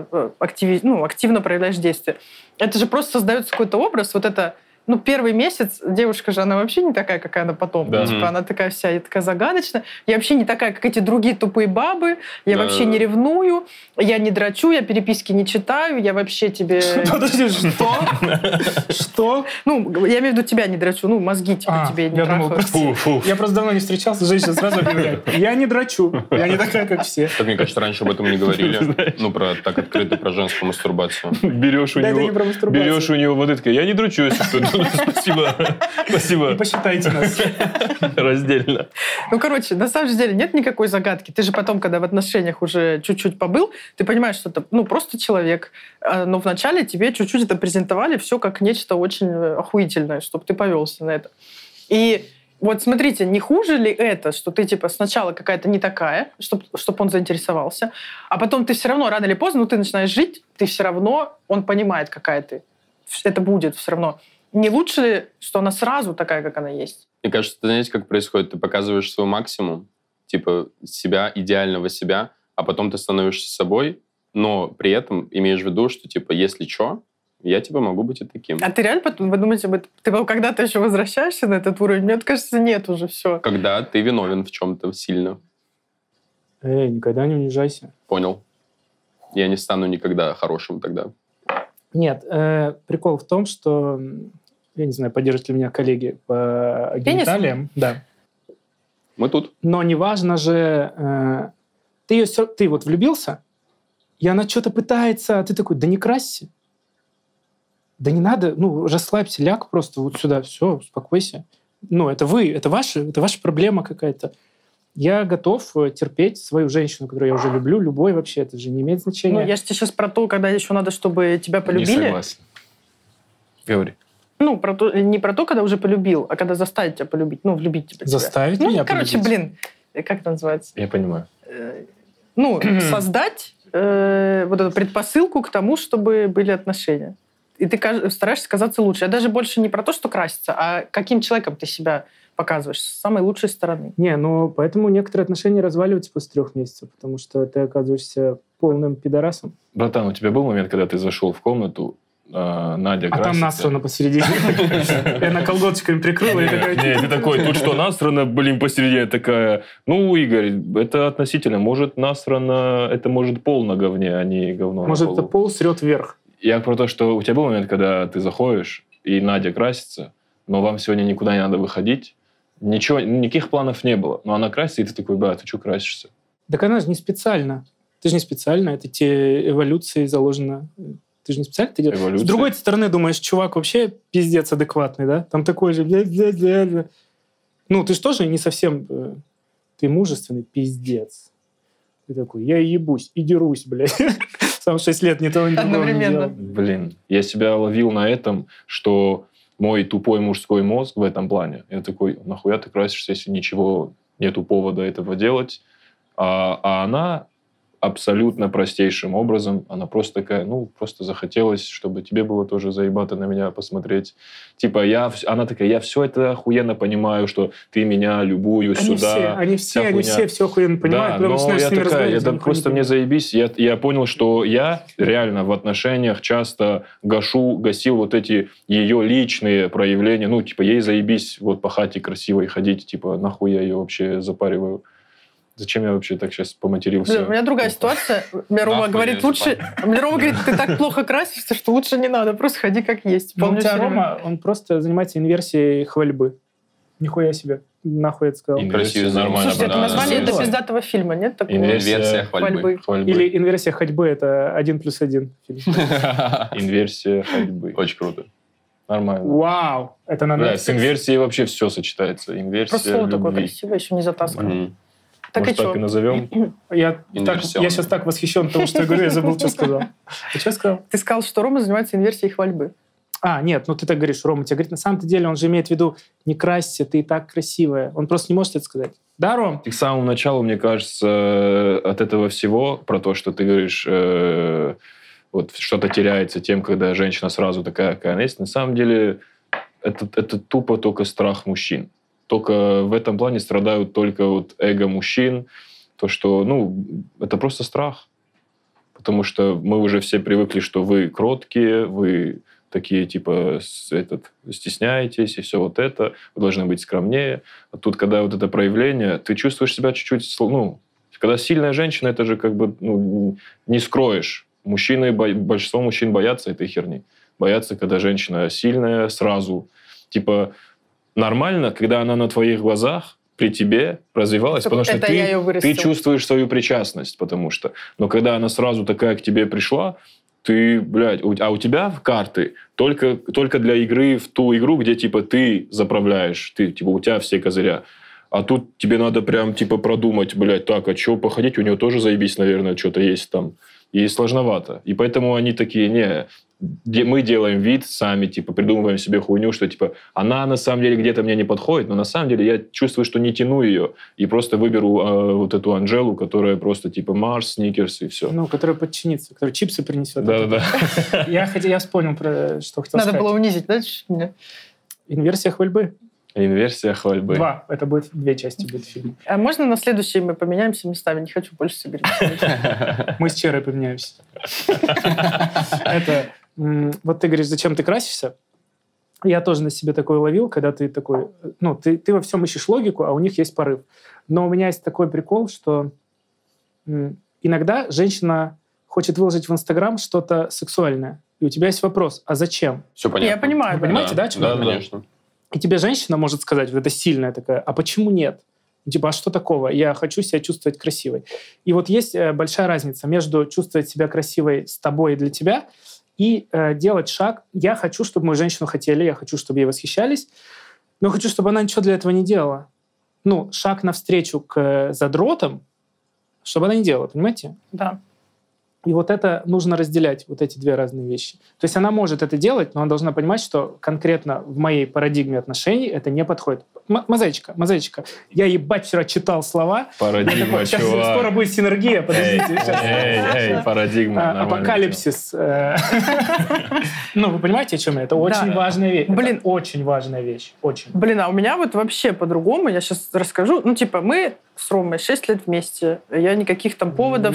активно проявляешь действие. Это же просто создается какой-то образ. Вот это, первый месяц девушка же, она вообще не такая, какая она потом. Да. Типа, она такая вся, я такая загадочная. Я вообще не такая, как эти другие тупые бабы. Я Да. вообще не ревную. Я не драчу, я переписки не читаю. Я вообще тебе... Подожди, что? Что? Я имею в виду тебя не драчу.Мозги тебе не я думал, трахают. Фу. Я просто давно не встречался, женщина сразу объявляет. Я не драчу, я не такая, как все. Так, мне кажется, раньше об этом не говорили. Так открыто про женскую мастурбацию. Берешь у Да, это не него... про мастурбацию. Берешь у него вот это, я не дручу, если что. Спасибо. Не Спасибо. посчитайте нас. Раздельно. Короче, на самом же деле нет никакой загадки. Ты же потом, когда в отношениях уже чуть-чуть побыл, ты понимаешь, что это просто человек. Но вначале тебе чуть-чуть это презентовали все как нечто очень охуительное, чтобы ты повелся на это. И вот смотрите, не хуже ли это, что ты типа сначала какая-то не такая, чтобы он заинтересовался, а потом ты все равно рано или поздно, ты начинаешь жить, ты все равно, он понимает, какая ты. Это будет все равно. Не лучше ли, что она сразу такая, как она есть? Мне кажется, знаете, как происходит? Ты показываешь свой максимум, типа себя, идеального себя, а потом ты становишься собой, но при этом имеешь в виду, что типа если что, я типа могу быть и таким. А ты реально потом, вы думаете, ты когда-то еще возвращаешься на этот уровень? Мне кажется, нет уже, все. Когда ты виновен в чем-то сильно. Никогда не унижайся. Понял. Я не стану никогда хорошим тогда. Нет, прикол в том, что Я не знаю, поддержат ли меня коллеги по гениталиям. Да. Мы тут. Но неважно же... Ты вот влюбился, и она что-то пытается, а ты такой, да не красься. Да не надо, расслабься, ляг просто вот сюда, все, успокойся. Это ваша проблема какая-то. Я готов терпеть свою женщину, которую я уже люблю, любой вообще, это же не имеет значения. Я же тебе сейчас про то, когда еще надо, чтобы тебя полюбили. Не согласен. Говори. Не про то, когда уже полюбил, а когда заставить тебя полюбить, влюбить тебя. Заставить меня полюбить? Как это называется? Я понимаю. Создать вот эту предпосылку к тому, чтобы были отношения. И ты стараешься казаться лучше. Я даже больше не про то, что краситься, а каким человеком ты себя показываешь с самой лучшей стороны. Поэтому некоторые отношения разваливаются после 3 месяцев, потому что ты оказываешься полным пидорасом. Братан, у тебя был момент, когда ты зашел в комнату, Надя красится. Там насрано посередине. Я на колготочками прикрыла. Нет, ты такой, тут что, насрано, посередине такая. Игорь, это относительно. Может, насрано, это может пол на говне, а не говно на полу. Может, это пол срет вверх. Я про то, что у тебя был момент, когда ты заходишь, и Надя красится, но вам сегодня никуда не надо выходить. Никаких планов не было. Но она красится, и ты такой, ты что красишься? Так она же не специально. Ты же не специально, это те эволюции заложено. Ты же не специально это делаешь. С другой стороны, думаешь, чувак вообще пиздец адекватный, да? Там такой же... ты же тоже не совсем... Ты мужественный пиздец. Ты такой, я ебусь и дерусь, блядь. Сам 6 лет ни того, ни другого не делал. Блин, я себя ловил на этом, что мой тупой мужской мозг в этом плане. Я такой, нахуя ты красишься, если ничего нету повода этого делать? А она... абсолютно простейшим образом. Она просто такая, просто захотелось, чтобы тебе было тоже заебато на меня посмотреть. Она такая, я все это охуенно понимаю, что ты меня любую сюда. Они все охуенно понимают. Да, но я такая, просто мне заебись. Я понял, что я реально в отношениях часто гасил вот эти ее личные проявления. Ей заебись вот по хате красивой ходить, нахуй я ее вообще запариваю. Зачем я вообще так сейчас поматерился? У меня другая ситуация. Мне Рома говорит, ты так плохо красишься, что лучше не надо, просто ходи как есть. У тебя Рома, он просто занимается инверсией хвальбы. Нихуя себе. Нахуй это сказал. Инверсия нормально. Слушайте, это название до пиздатого фильма, нет такого? Инверсия хвальбы. Или инверсия ходьбы, это 1+1 фильм. Инверсия ходьбы. Очень круто. Нормально. Вау! Это надо... С инверсией вообще все сочетается. Инверсия просто слово такое любви. красивое, еще не затаскано. Может, так и назовем? Я сейчас так восхищен тому, что я говорю, я забыл, что сказал. Ты что сказал? Ты сказал, что Рома занимается инверсией хвальбы. Нет, ты так говоришь, Рома тебе говорит, на самом-то деле он же имеет в виду, не красься, ты и так красивая. Он просто не может это сказать. Да, Ром? К самому началу, мне кажется, от этого всего, про то, что ты говоришь, вот что-то теряется тем, когда женщина сразу такая, какая она есть, на самом деле это тупо только страх мужчин. Только в этом плане страдают только вот эго мужчин. То, что, это просто страх. Потому что мы уже все привыкли, что вы кроткие, вы такие, стесняетесь, и все вот это. Вы должны быть скромнее. А тут, когда вот это проявление, ты чувствуешь себя чуть-чуть... когда сильная женщина, это же не скроешь. Большинство мужчин боятся этой херни. Боятся, когда женщина сильная, сразу. Нормально, когда она на твоих глазах при тебе развивалась, потому что ты чувствуешь свою причастность, потому что. Но когда она сразу такая к тебе пришла, ты, а у тебя карты только для игры в ту игру, где ты заправляешь, у тебя все козыря. А тут тебе надо прям продумать, а что походить, у него тоже заебись, наверное, что-то есть там. И сложновато. И поэтому они такие, мы делаем вид сами, придумываем себе хуйню, что, она на самом деле где-то мне не подходит, но на самом деле я чувствую, что не тяну ее, и просто выберу вот эту Анжелу, которая просто Марс, Сникерс и все. Которая подчинится, которая чипсы принесет. Да-да-да. Я вспомнил, что хотел сказать. Надо было унизить, да, чуть-чуть? Инверсия хвальбы. Инверсия хвальбы. 2. Это будет 2 части будет фильма. А можно на следующий мы поменяемся местами? Не хочу больше согласиться. Мы с Черой поменяемся. Вот ты говоришь, зачем ты красишься? Я тоже на себе такое ловил, когда ты такой... ты во всем ищешь логику, а у них есть порыв. Но у меня есть такой прикол, что иногда женщина хочет выложить в Инстаграм что-то сексуальное. И у тебя есть вопрос, а зачем? Все понятно. Я понимаю. Вы понимаете, да, что Да, я говорю? конечно. И тебе женщина может сказать, вот это сильная такая, а почему нет? Типа, а что такого? Я хочу себя чувствовать красивой. И вот есть большая разница между чувствовать себя красивой с тобой и для тебя и делать шаг. Я хочу, чтобы мою женщину хотели, я хочу, чтобы ей восхищались, но хочу, чтобы она ничего для этого не делала. Ну, шаг навстречу к задротам, чтобы она не делала, понимаете? Да. И вот это нужно разделять, вот эти две разные вещи. То есть она может это делать, но она должна понимать, что конкретно в моей парадигме отношений это не подходит. Мозаичка. Я, ебать, вчера читал слова. Парадигма, Сейчас чувак. скоро будет синергия, подождите. Эй, парадигма. Апокалипсис. Ну, вы понимаете, о чем я? Это очень важная вещь. Блин. Это очень важная вещь. Очень. Блин, а у меня вот вообще по-другому. Я сейчас расскажу. Ну, типа, мы с Ромой 6 лет вместе. Я никаких там поводов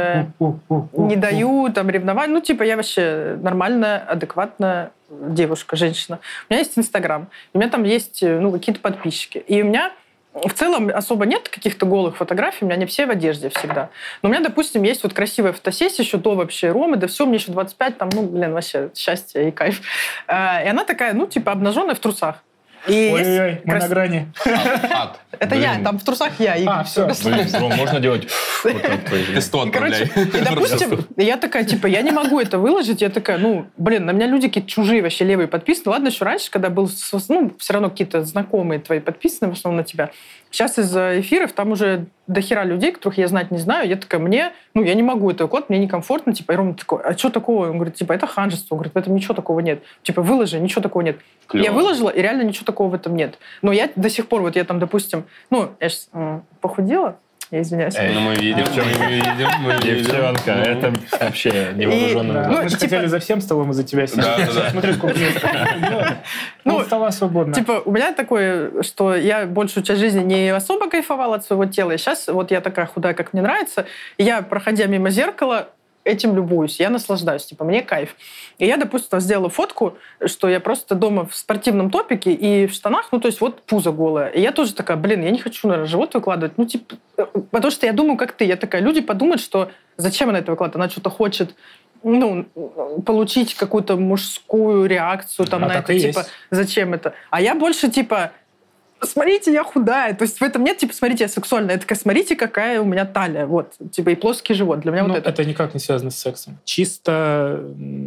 не даю, там, ревновать. Ну, типа, я вообще нормальная, адекватная девушка, женщина. У меня есть Инстаграм. У меня там есть, ну, какие-то подписчики. И у меня в целом особо нет каких-то голых фотографий, у меня они все в одежде всегда. Но у меня, допустим, есть вот красивая фотосессия еще до вообще Ромы, да все, мне еще 25, там, ну, блин, вообще счастье и кайф. И она такая, ну, типа, обнаженная в трусах. Ой-ой-ой, мы на грани. Это я, там в трусах я. Игорь. Все. Блин, Ром, можно делать вот так? Ты 100 отправляй. И, допустим, я такая, типа, я не могу это выложить. Я такая, ну, блин, на меня люди какие-то чужие вообще левые подписаны. Ладно, еще раньше, когда был, ну, все равно какие-то знакомые твои подписаны в основном на тебя. Сейчас из-за эфиров там уже дохера людей, которых я знать не знаю. Я такая, ну, я не могу это выкладывать, мне некомфортно. Типа, и Рома такой, а что такого? Он говорит, типа, это ханжество. Он говорит, в этом ничего такого нет. Типа, выложи, ничего такого нет. Клево. Я выложила, и реально ничего такого в этом нет. Но я до сих пор, вот я там, допустим, ну, я сейчас похудела, я извиняюсь. Ну, мы видим, Девчонка, это вообще невооруженная. Мы же хотели за всем столом из-за тебя сидеть. Да. Смотри, сколько места. Ну, стола свободно. Типа, у меня такое, что я большую часть жизни не особо кайфовала от своего тела. И сейчас вот я такая худая, как мне нравится. И я, проходя мимо зеркала, этим любуюсь, я наслаждаюсь, типа, мне кайф. И я, допустим, сделала фотку, что я просто дома в спортивном топике и в штанах, ну, то есть вот пузо голое. И я тоже такая, блин, я не хочу, наверное, живот выкладывать, ну, типа, потому что я думаю, как ты. Я такая, люди подумают, что зачем она это выкладывает? Она что-то хочет, ну, получить какую-то мужскую реакцию там на это, типа, зачем это? А я больше, типа, смотрите, я худая. То есть в этом нет, типа, смотрите, я сексуальная. Я такая, смотрите, какая у меня талия. Вот, типа, и плоский живот. Для меня вот это. Это никак не связано с сексом. Чисто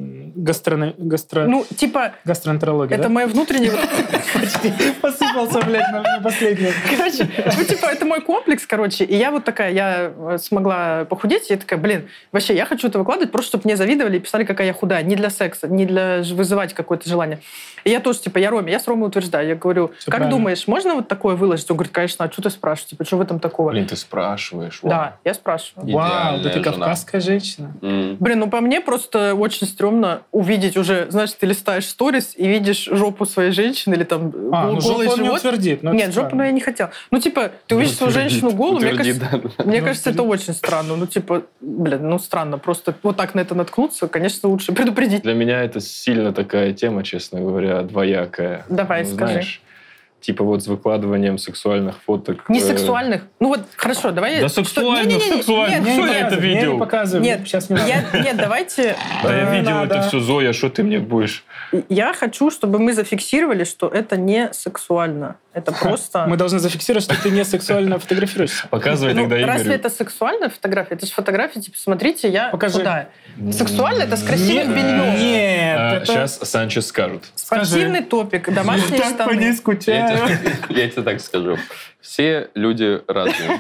ну, типа, гастроэнтерология, это мое внутреннее... Почти посыпался, блядь, на последнее. Короче, ну, типа, это мой комплекс, короче. И я вот такая, я смогла похудеть, и я такая, блин, вообще, я хочу это выкладывать, просто чтобы мне завидовали и писали, какая я худая. Не для секса, не для вызывать какое-то желание. И я тоже, типа, я с Ромой утверждаю. Я говорю, все как правильно. Думаешь, можно вот такое выложить? Он говорит, конечно, а что ты спрашиваешь? Типа, что в этом такого? Блин, ты спрашиваешь. Да, я спрашиваю. Вау, да ты Идеальная жена. кавказская женщина. Блин, ну по мне просто очень стрёмно увидеть уже, знаешь, ты листаешь сторис и видишь жопу своей женщины или там Ну, голый жопу он не живот. утвердит. Нет, жопу я не хотела. Ну, типа, ты увидишь свою женщину голую, мне кажется, это очень странно. Ну, типа, блин, ну странно. Просто вот так на это наткнуться, конечно, лучше предупредить. Для меня это сильно такая тема, честно говоря, двоякая. Давай, Ну, скажи. знаешь, типа вот с выкладыванием сексуальных фоток. Не сексуальных. Ну вот, хорошо, давай... Да сексуальных, сексуальных. Нет, Что я это видел? Не показывай. Нет, Сейчас не нет, давайте... Да я видел надо. это все, Зоя, что ты мне будешь? Я хочу, чтобы мы зафиксировали, что это не сексуально. Это просто... Мы должны зафиксировать, что ты не сексуально фотографируешься. Показывай Ну, тогда Игорю. разве это сексуальная фотография? Это же фотография, типа, смотрите, я Покажи. худая. Сексуально это с красивым бельем. Нет, это... Сейчас Санчес скажет. Спортивный топик, домашние Так по ней штаны. скучаю. Я тебе так скажу. Все люди разные.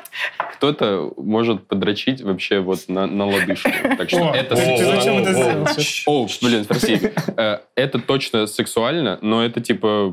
Кто-то может подрочить вообще вот на лодыжку. Так что О, это ты зачем это сделал? О, блин, прости. Это точно сексуально, но это типа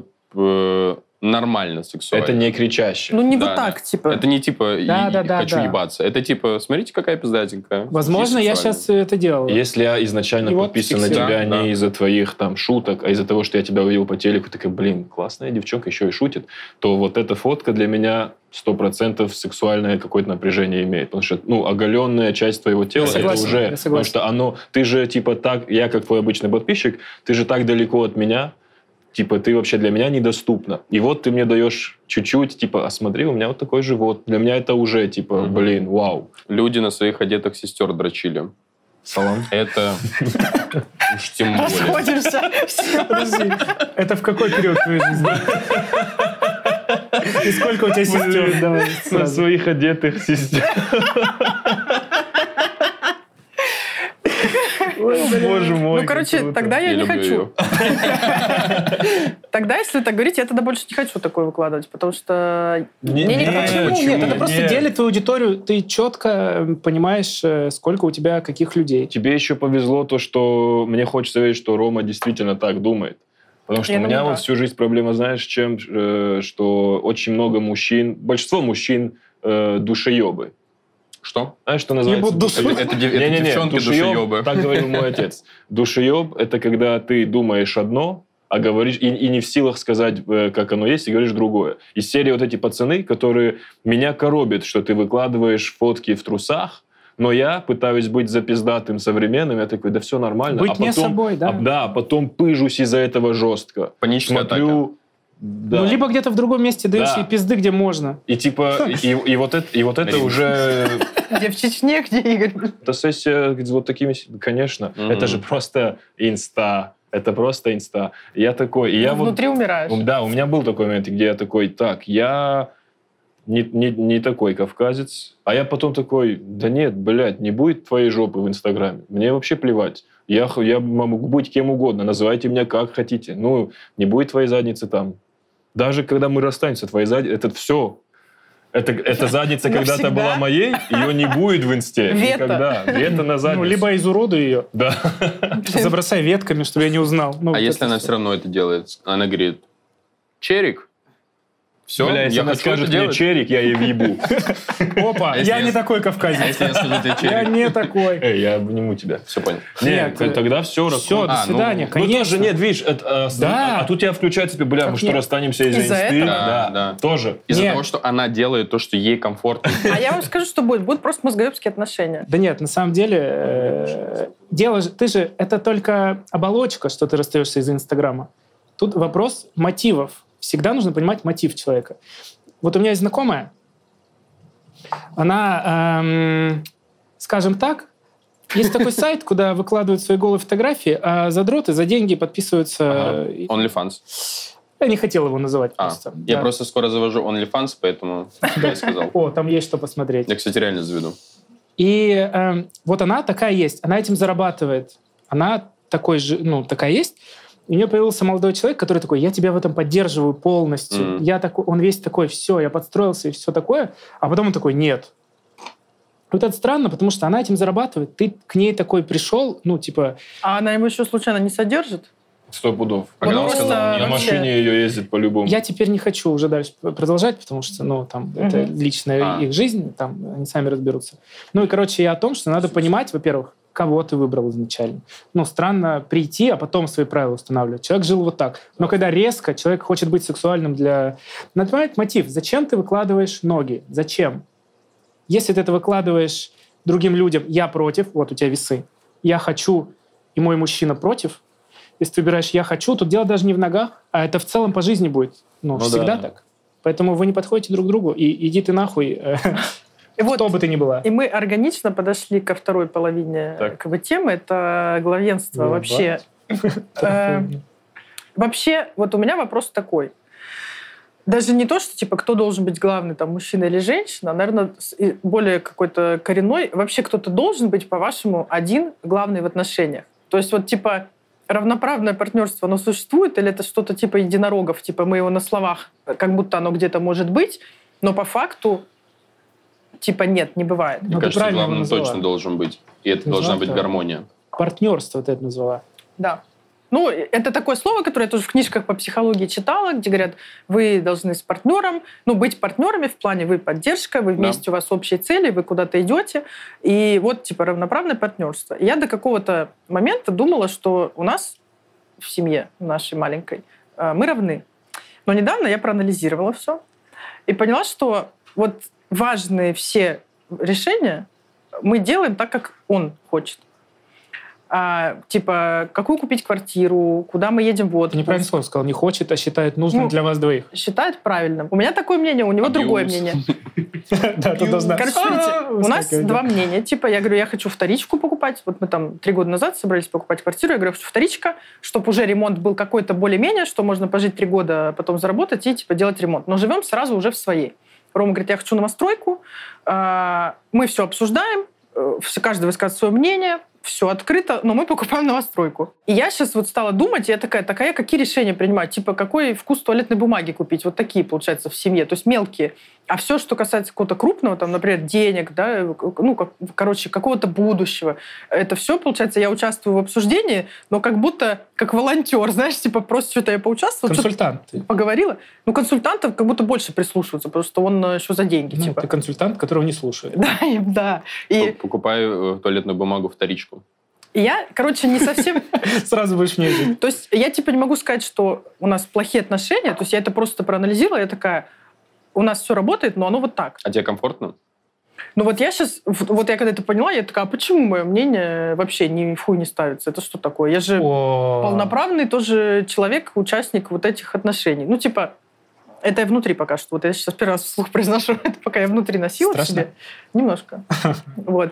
нормально сексуально. Это не кричаще. Ну, не Да, вот так, да. типа. Это не типа Да, хочу да. ебаться. Это типа, смотрите, какая пиздатенькая. Возможно, я сейчас это делал. Если я изначально И вот подписан на фиксируем. тебя Да, не да. из-за твоих там шуток, а из-за того, что я тебя увидел по телеку, такая, блин, классная девчонка, еще и шутит, то вот эта фотка для меня 100% сексуальное какое-то напряжение имеет. Потому что, ну, оголенная часть твоего тела, Я согласен, это уже... я согласен. Потому что ты же, типа, так... Я, как твой обычный подписчик, ты же так далеко от меня, типа, ты вообще для меня недоступна. И вот ты мне даешь чуть-чуть, типа, а смотри, у меня вот такой живот. Для меня это уже, типа, блин, вау. Люди на своих одетых сестер дрочили. Салам. Это уж тем более. Расходимся. Подожди, это в какой период твоей жизни? И сколько у тебя сестер? Давай На сразу. своих одетых сестер. Боже мой. Ну, короче, круто. тогда я не люблю хочу. её. Тогда, если так говорить, я тогда больше не хочу такое выкладывать, потому что Не- мне не, никто Почему? почему? Нет, это просто Нет. делит твою аудиторию. Ты четко понимаешь, сколько у тебя каких людей. Тебе еще повезло то, что мне хочется верить, что Рома действительно так думает. Потому что Я у меня думаю, вот да. всю жизнь проблема, знаешь, чем? Что очень много мужчин, большинство мужчин душеебы. Что? Знаешь, что называется? Ебут душу. Это Не-не-не, девчонки душеёб, душеёбы. так говорил мой отец. Душееб – это когда ты думаешь одно, а говоришь и не в силах сказать, как оно есть, и говоришь другое. Из серии вот эти пацаны, которые меня коробят, что ты выкладываешь фотки в трусах, но я пытаюсь быть запиздатым современным, я такой, да все нормально. Быть не собой, да. Да, потом пыжусь из-за этого жестко. Паническая атака. Смотрю, да. Ну, либо где-то в другом месте даешь Да. ей пизды, где можно. И типа, и вот это Рим. уже... где в Чечне, где Игорь. Эта сессия с вот такими... Конечно, Мгм. это же просто инста. Это просто инста. Я такой... И я вот, Внутри умираешь. да, у меня был такой момент, где я такой, так, я не такой кавказец. А я потом такой, да нет, блядь, не будет твоей жопы в Инстаграме. Мне вообще плевать. Я могу быть кем угодно. Называйте меня как хотите. Ну, не будет твоей задницы там. Даже когда мы расстанемся, твоя задница... Это все. Эта задница когда-то Навсегда? была моей, ее не будет в инсте. Вето. Никогда. Вето на задницу. Ну, либо изуродуй ее, Да. забросай ветками, чтобы я не узнал. Ну, А вот если это она всё. все равно это делает? Она говорит, Черик, все, Бля, если я она хочу скажет это мне делать. черик, я ей въебу. Опа, А если я я- не такой А кавказец. если я скажу, ты Я Черик? не такой. Эй, я обниму тебя. Все понял. Нет, Нет, тогда все Все, до А, ну, свидания, Ну, конечно. тоже нет, видишь, Да. а тут я включаю тебе, бля, мы Как что, нет? расстанемся из-за Из-за инсты? этого? Да, да. Тоже. Из-за Нет. того, что она делает то, что ей комфортно. А я вам скажу, что будет. Будут просто мозгоебские отношения. Да нет, на самом деле, дело же, ты же, это только оболочка, что ты расстаешься из-за Инстаграма. Тут вопрос мотивов. Всегда нужно понимать мотив человека. Вот у меня есть знакомая, она, скажем так, есть такой сайт, куда выкладывают свои голые фотографии, а задроты за деньги подписываются. Ага. OnlyFans. Я не хотел его называть А, просто. я Да. просто скоро завожу OnlyFans, поэтому я и сказал. О, там есть что посмотреть. Я, кстати, реально заведу. И вот она такая есть, она этим зарабатывает. Она такой же, ну, такая есть. И у нее появился молодой человек, который такой, я тебя в этом поддерживаю полностью. Мгм. Я такой, он весь такой, все, я подстроился и все такое. А потом он такой, нет. Вот это странно, потому что она этим зарабатывает. Ты к ней такой пришел, ну, типа, А она ему еще случайно не содержит? 100 пудов. А когда он Просто сказал, На нет, вообще- машине ее ездит по-любому. я теперь не хочу уже дальше продолжать, потому что, ну, там, это Мгм. личная А. их жизнь, там, они сами разберутся. Ну, и, короче, я о том, что надо понимать, во-первых, кого ты выбрал изначально. Ну, странно прийти, а потом свои правила устанавливать. Человек жил вот так. Но когда резко человек хочет быть сексуальным для... Надо понимать мотив. Зачем ты выкладываешь ноги? Зачем? Если ты это выкладываешь другим людям, я против, вот у тебя весы, я хочу, и мой мужчина против, если ты выбираешь «я хочу», тут дело даже не в ногах, а это в целом по жизни будет. Ну, Ну всегда да. так. Поэтому вы не подходите друг к другу, и иди ты нахуй, И вот, кто бы ты ни была. и мы органично подошли ко второй половине Так. как бы, темы. Это главенство Ну, вообще. Вообще, вот у меня вопрос такой. Даже не то, что типа кто должен быть главный, там, мужчина или женщина, наверное, более какой-то коренной. Вообще кто-то должен быть, по-вашему, один главный в отношениях. То есть вот типа равноправное партнерство, оно существует, или это что-то типа единорогов, типа мы его на словах, как будто оно где-то может быть, но по факту типа нет, не бывает. Ну, Мне ты кажется, правильно его главным назвала. точно должен быть. И это Ты должна назвала быть так. гармония. Партнерство ты это назвала. Да. Ну, это такое слово, которое я тоже в книжках по психологии читала, где говорят, вы должны с партнером, ну, быть партнерами в плане вы поддержка, вы вместе, у вас общие цели, вы куда-то идете. И вот, типа, равноправное партнерство. И я до какого-то момента думала, что у нас в семье нашей маленькой мы равны. Но недавно я проанализировала все и поняла, что вот важные все решения мы делаем так, как он хочет. типа, какую купить квартиру, куда мы едем в отпуск. Ты неправильно слово сказал. Не хочет, а считает нужным для вас двоих. Считает правильным. У меня такое мнение, у него другое мнение. Да, ты должна... Короче, смотрите, у нас два мнения. Типа, я говорю, я хочу вторичку покупать. Вот мы там 3 года назад собрались покупать квартиру. Я говорю, я хочу вторичка, чтобы уже ремонт был какой-то более-менее, что можно пожить 3 года, потом заработать и типа делать ремонт. Но живем сразу уже в своей. Рома говорит, я хочу новостройку. Мы все обсуждаем, каждый высказывает свое мнение, все открыто, но мы покупаем новостройку. И я сейчас вот стала думать, я такая, какие решения принимать? Типа, какой вкус туалетной бумаги купить? Вот такие, получается, в семье. То есть мелкие. А все, что касается какого-то крупного, там, например, денег, да, какого-то будущего, это все, получается, я участвую в обсуждении, но как будто как волонтер, знаешь, типа просто что-то я поучаствовала. Консультант. Поговорила. Консультантов как будто больше прислушиваются, потому что он еще за деньги. Типа. Ты консультант, которого не слушает. Да. И... Покупаю туалетную бумагу вторичку. Я, не совсем... Сразу будешь мне жить. То есть я, не могу сказать, что у нас плохие отношения, то есть я это просто проанализировала, я такая, у нас все работает, но оно вот так. А тебе комфортно? Вот я сейчас, я когда это поняла, я такая, а почему мое мнение вообще ни в хуй не ставится? Это что такое? Я же полноправный тоже человек, участник вот этих отношений. Это я внутри пока что. Вот я сейчас первый раз вслух произношу, это пока я внутри носила в себе. Немножко. Вот.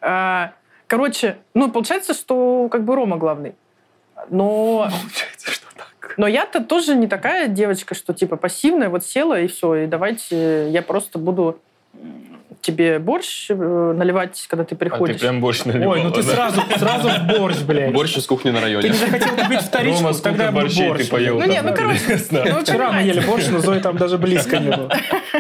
Получается, что Рома главный. Получается, что так. Но я-то тоже не такая девочка, что пассивная, вот села и все, и давайте я просто буду тебе борщ наливать, когда ты приходишь. А ты прям борщ наливала. Ой, ты сразу в борщ, блядь. Борщ из кухни на районе. Ты не захотел купить вторичку, Рома, тогда был борщей борщ. ты поел. Вчера мы ели борщ, но Зои там даже близко не было.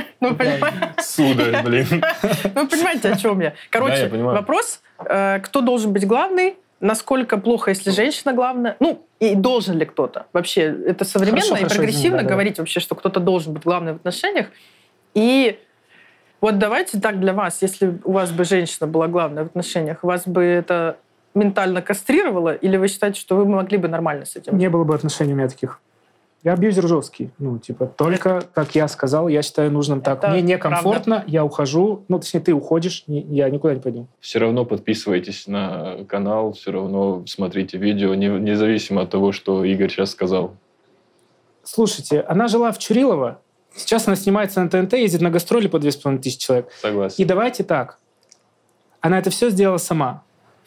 Сударь, блин. Вы понимаете, о чем я? Вопрос, кто должен быть главный, насколько плохо, если женщина главная. И должен ли кто-то? Вообще, это современно и прогрессивно говорить вообще, что кто-то должен быть главным в отношениях. И вот давайте так для вас, если у вас бы женщина была главной в отношениях, вас бы это ментально кастрировало, или вы считаете, что вы могли бы нормально с этим? Не было бы отношений у меня таких. Я абьюзер жесткий. Только, как я сказал, я считаю нужным так. Мне некомфортно, правда. Я ухожу. Точнее, ты уходишь, я никуда не пойду. Все равно подписывайтесь на канал, все равно смотрите видео, независимо от того, что Игорь сейчас сказал. Слушайте, она жила в Чурилово, сейчас она снимается на ТНТ, ездит на гастроли по 2500 человек. Согласен. И давайте так. Она это все сделала сама.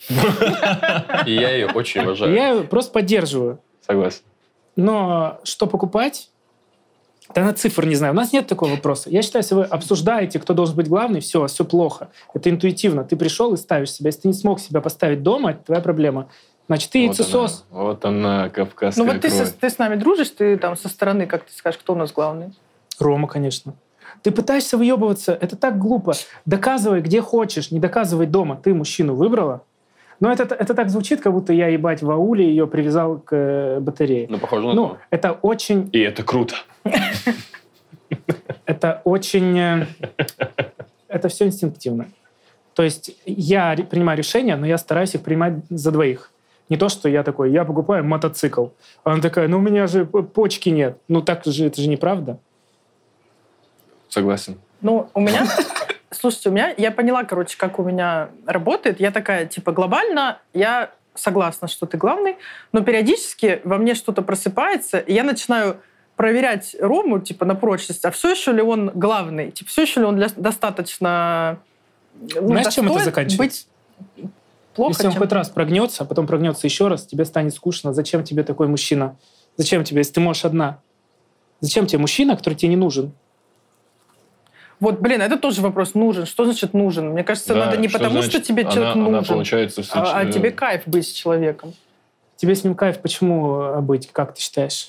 И я ее очень уважаю. Я ее просто поддерживаю. Согласен. Но что покупать? Да на цифр не знаю. У нас нет такого вопроса. Я считаю, если вы обсуждаете, кто должен быть главный, все плохо. Это интуитивно. Ты пришел и ставишь себя. Если ты не смог себя поставить дома, это твоя проблема. Значит, ты яйцесос. Вот она, кавказская кровь. Ты с нами дружишь, ты там со стороны, как ты скажешь, кто у нас главный? Рома, конечно. Ты пытаешься выебываться. Это так глупо. Доказывай, где хочешь. Не доказывай дома. Ты мужчину выбрала. Но это так звучит, как будто я, ебать, в ауле ее привязал к батарее. Похоже на то. Это очень... И это круто. Это очень... Это все инстинктивно. То есть я принимаю решения, но я стараюсь их принимать за двоих. Не то, что я такой, я покупаю мотоцикл. А она такая, у меня же почки нет. Так же, это же неправда. Согласен. У меня... Слушайте, я поняла, как у меня работает. Я такая, глобально, я согласна, что ты главный, но периодически во мне что-то просыпается, и я начинаю проверять Рому, на прочность, а все еще ли он главный, все еще ли он достаточно... Знаешь, чем это заканчивается? Быть плохо, если он хоть раз прогнется, а потом прогнется еще раз, тебе станет скучно. Зачем тебе такой мужчина? Зачем тебе, если ты можешь одна? Зачем тебе мужчина, который тебе не нужен? Это тоже вопрос. Нужен. Что значит нужен? Мне кажется, надо не потому, что тебе человек нужен, а тебе кайф быть с человеком. Тебе с ним кайф почему быть, как ты считаешь?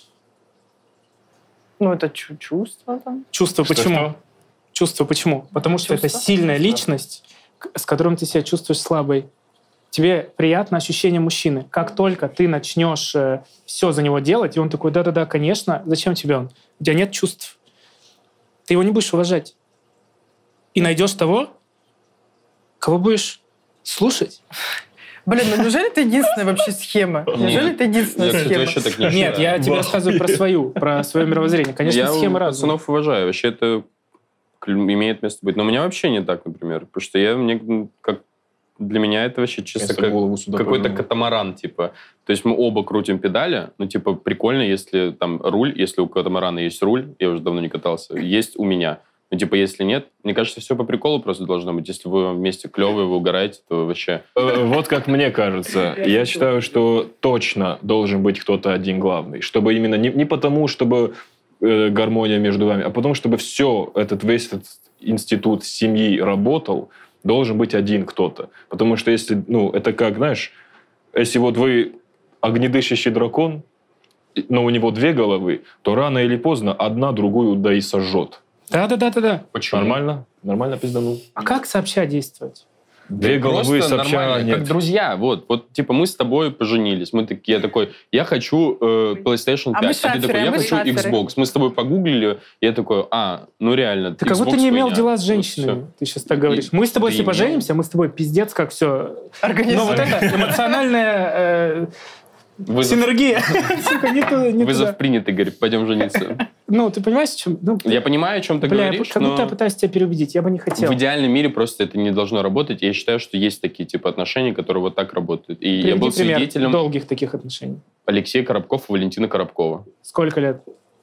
Это чувство. Там. Чувство почему? Чувство почему? Потому что это сильная личность, с которой ты себя чувствуешь слабой. Тебе приятно ощущение мужчины. Как только ты начнешь все за него делать, и он такой, да-да-да, конечно, зачем тебе он? У тебя нет чувств. Ты его не будешь уважать. И найдешь того, кого будешь слушать. Неужели это единственная вообще схема? Неужели это единственная схема? Нет, я тебе рассказываю про свое мировоззрение. Конечно, схемы разные. Я пацанов уважаю. Вообще это имеет место быть. Но у меня вообще не так, например. Потому что мне как Для меня это вообще чисто как голову сюда какой-то повернул. катамаран, типа. То есть мы оба крутим педали, ну, типа, прикольно, если там руль, если у катамарана есть руль, я уже давно не катался, есть у меня. Ну, типа, если нет, мне кажется, все по приколу просто должно быть. Если вы вместе клевые, вы угораете, то вообще... Вот как мне кажется. Я считаю, что точно должен быть кто-то один главный. Чтобы именно не потому, чтобы гармония между вами, а потому, чтобы весь этот институт семьи работал, должен быть один кто-то. Потому что если, это как, знаешь, если вот вы огнедышащий дракон, но у него 2 головы, то рано или поздно одна другую да и сожжет. Да. Почему? Нормально? Нормально пизданул. А как сообща действовать? 2 головы Просто сообща нормально, нет. как друзья. Вот, типа, мы с тобой поженились. Я такой, я хочу PlayStation 5. А мы ты шаферы, такой, я мы хочу шаферы. Xbox. Мы с тобой погуглили, я такой, ну реально, Ты как будто Xbox не имел хуйня. дела с Вот женщинами. всё. Ты сейчас так говоришь. Мы с тобой Да все имел. поженимся, мы с тобой пиздец как все. Организм. Но вот это эмоциональная Вызов, синергия. Сука, не вызов туда. принят, Игорь, пойдем жениться. Ну, ты понимаешь, о чем? Ну, Я понимаю, о чем ты бля, говоришь, как будто я но пытаюсь тебя переубедить. Я бы не хотел. в идеальном мире просто это не должно работать. Я считаю, что есть такие типа отношения, которые вот так работают. И я был Приведи пример свидетелем долгих таких отношений. Алексея Коробков и Валентина Коробкова. Сколько лет?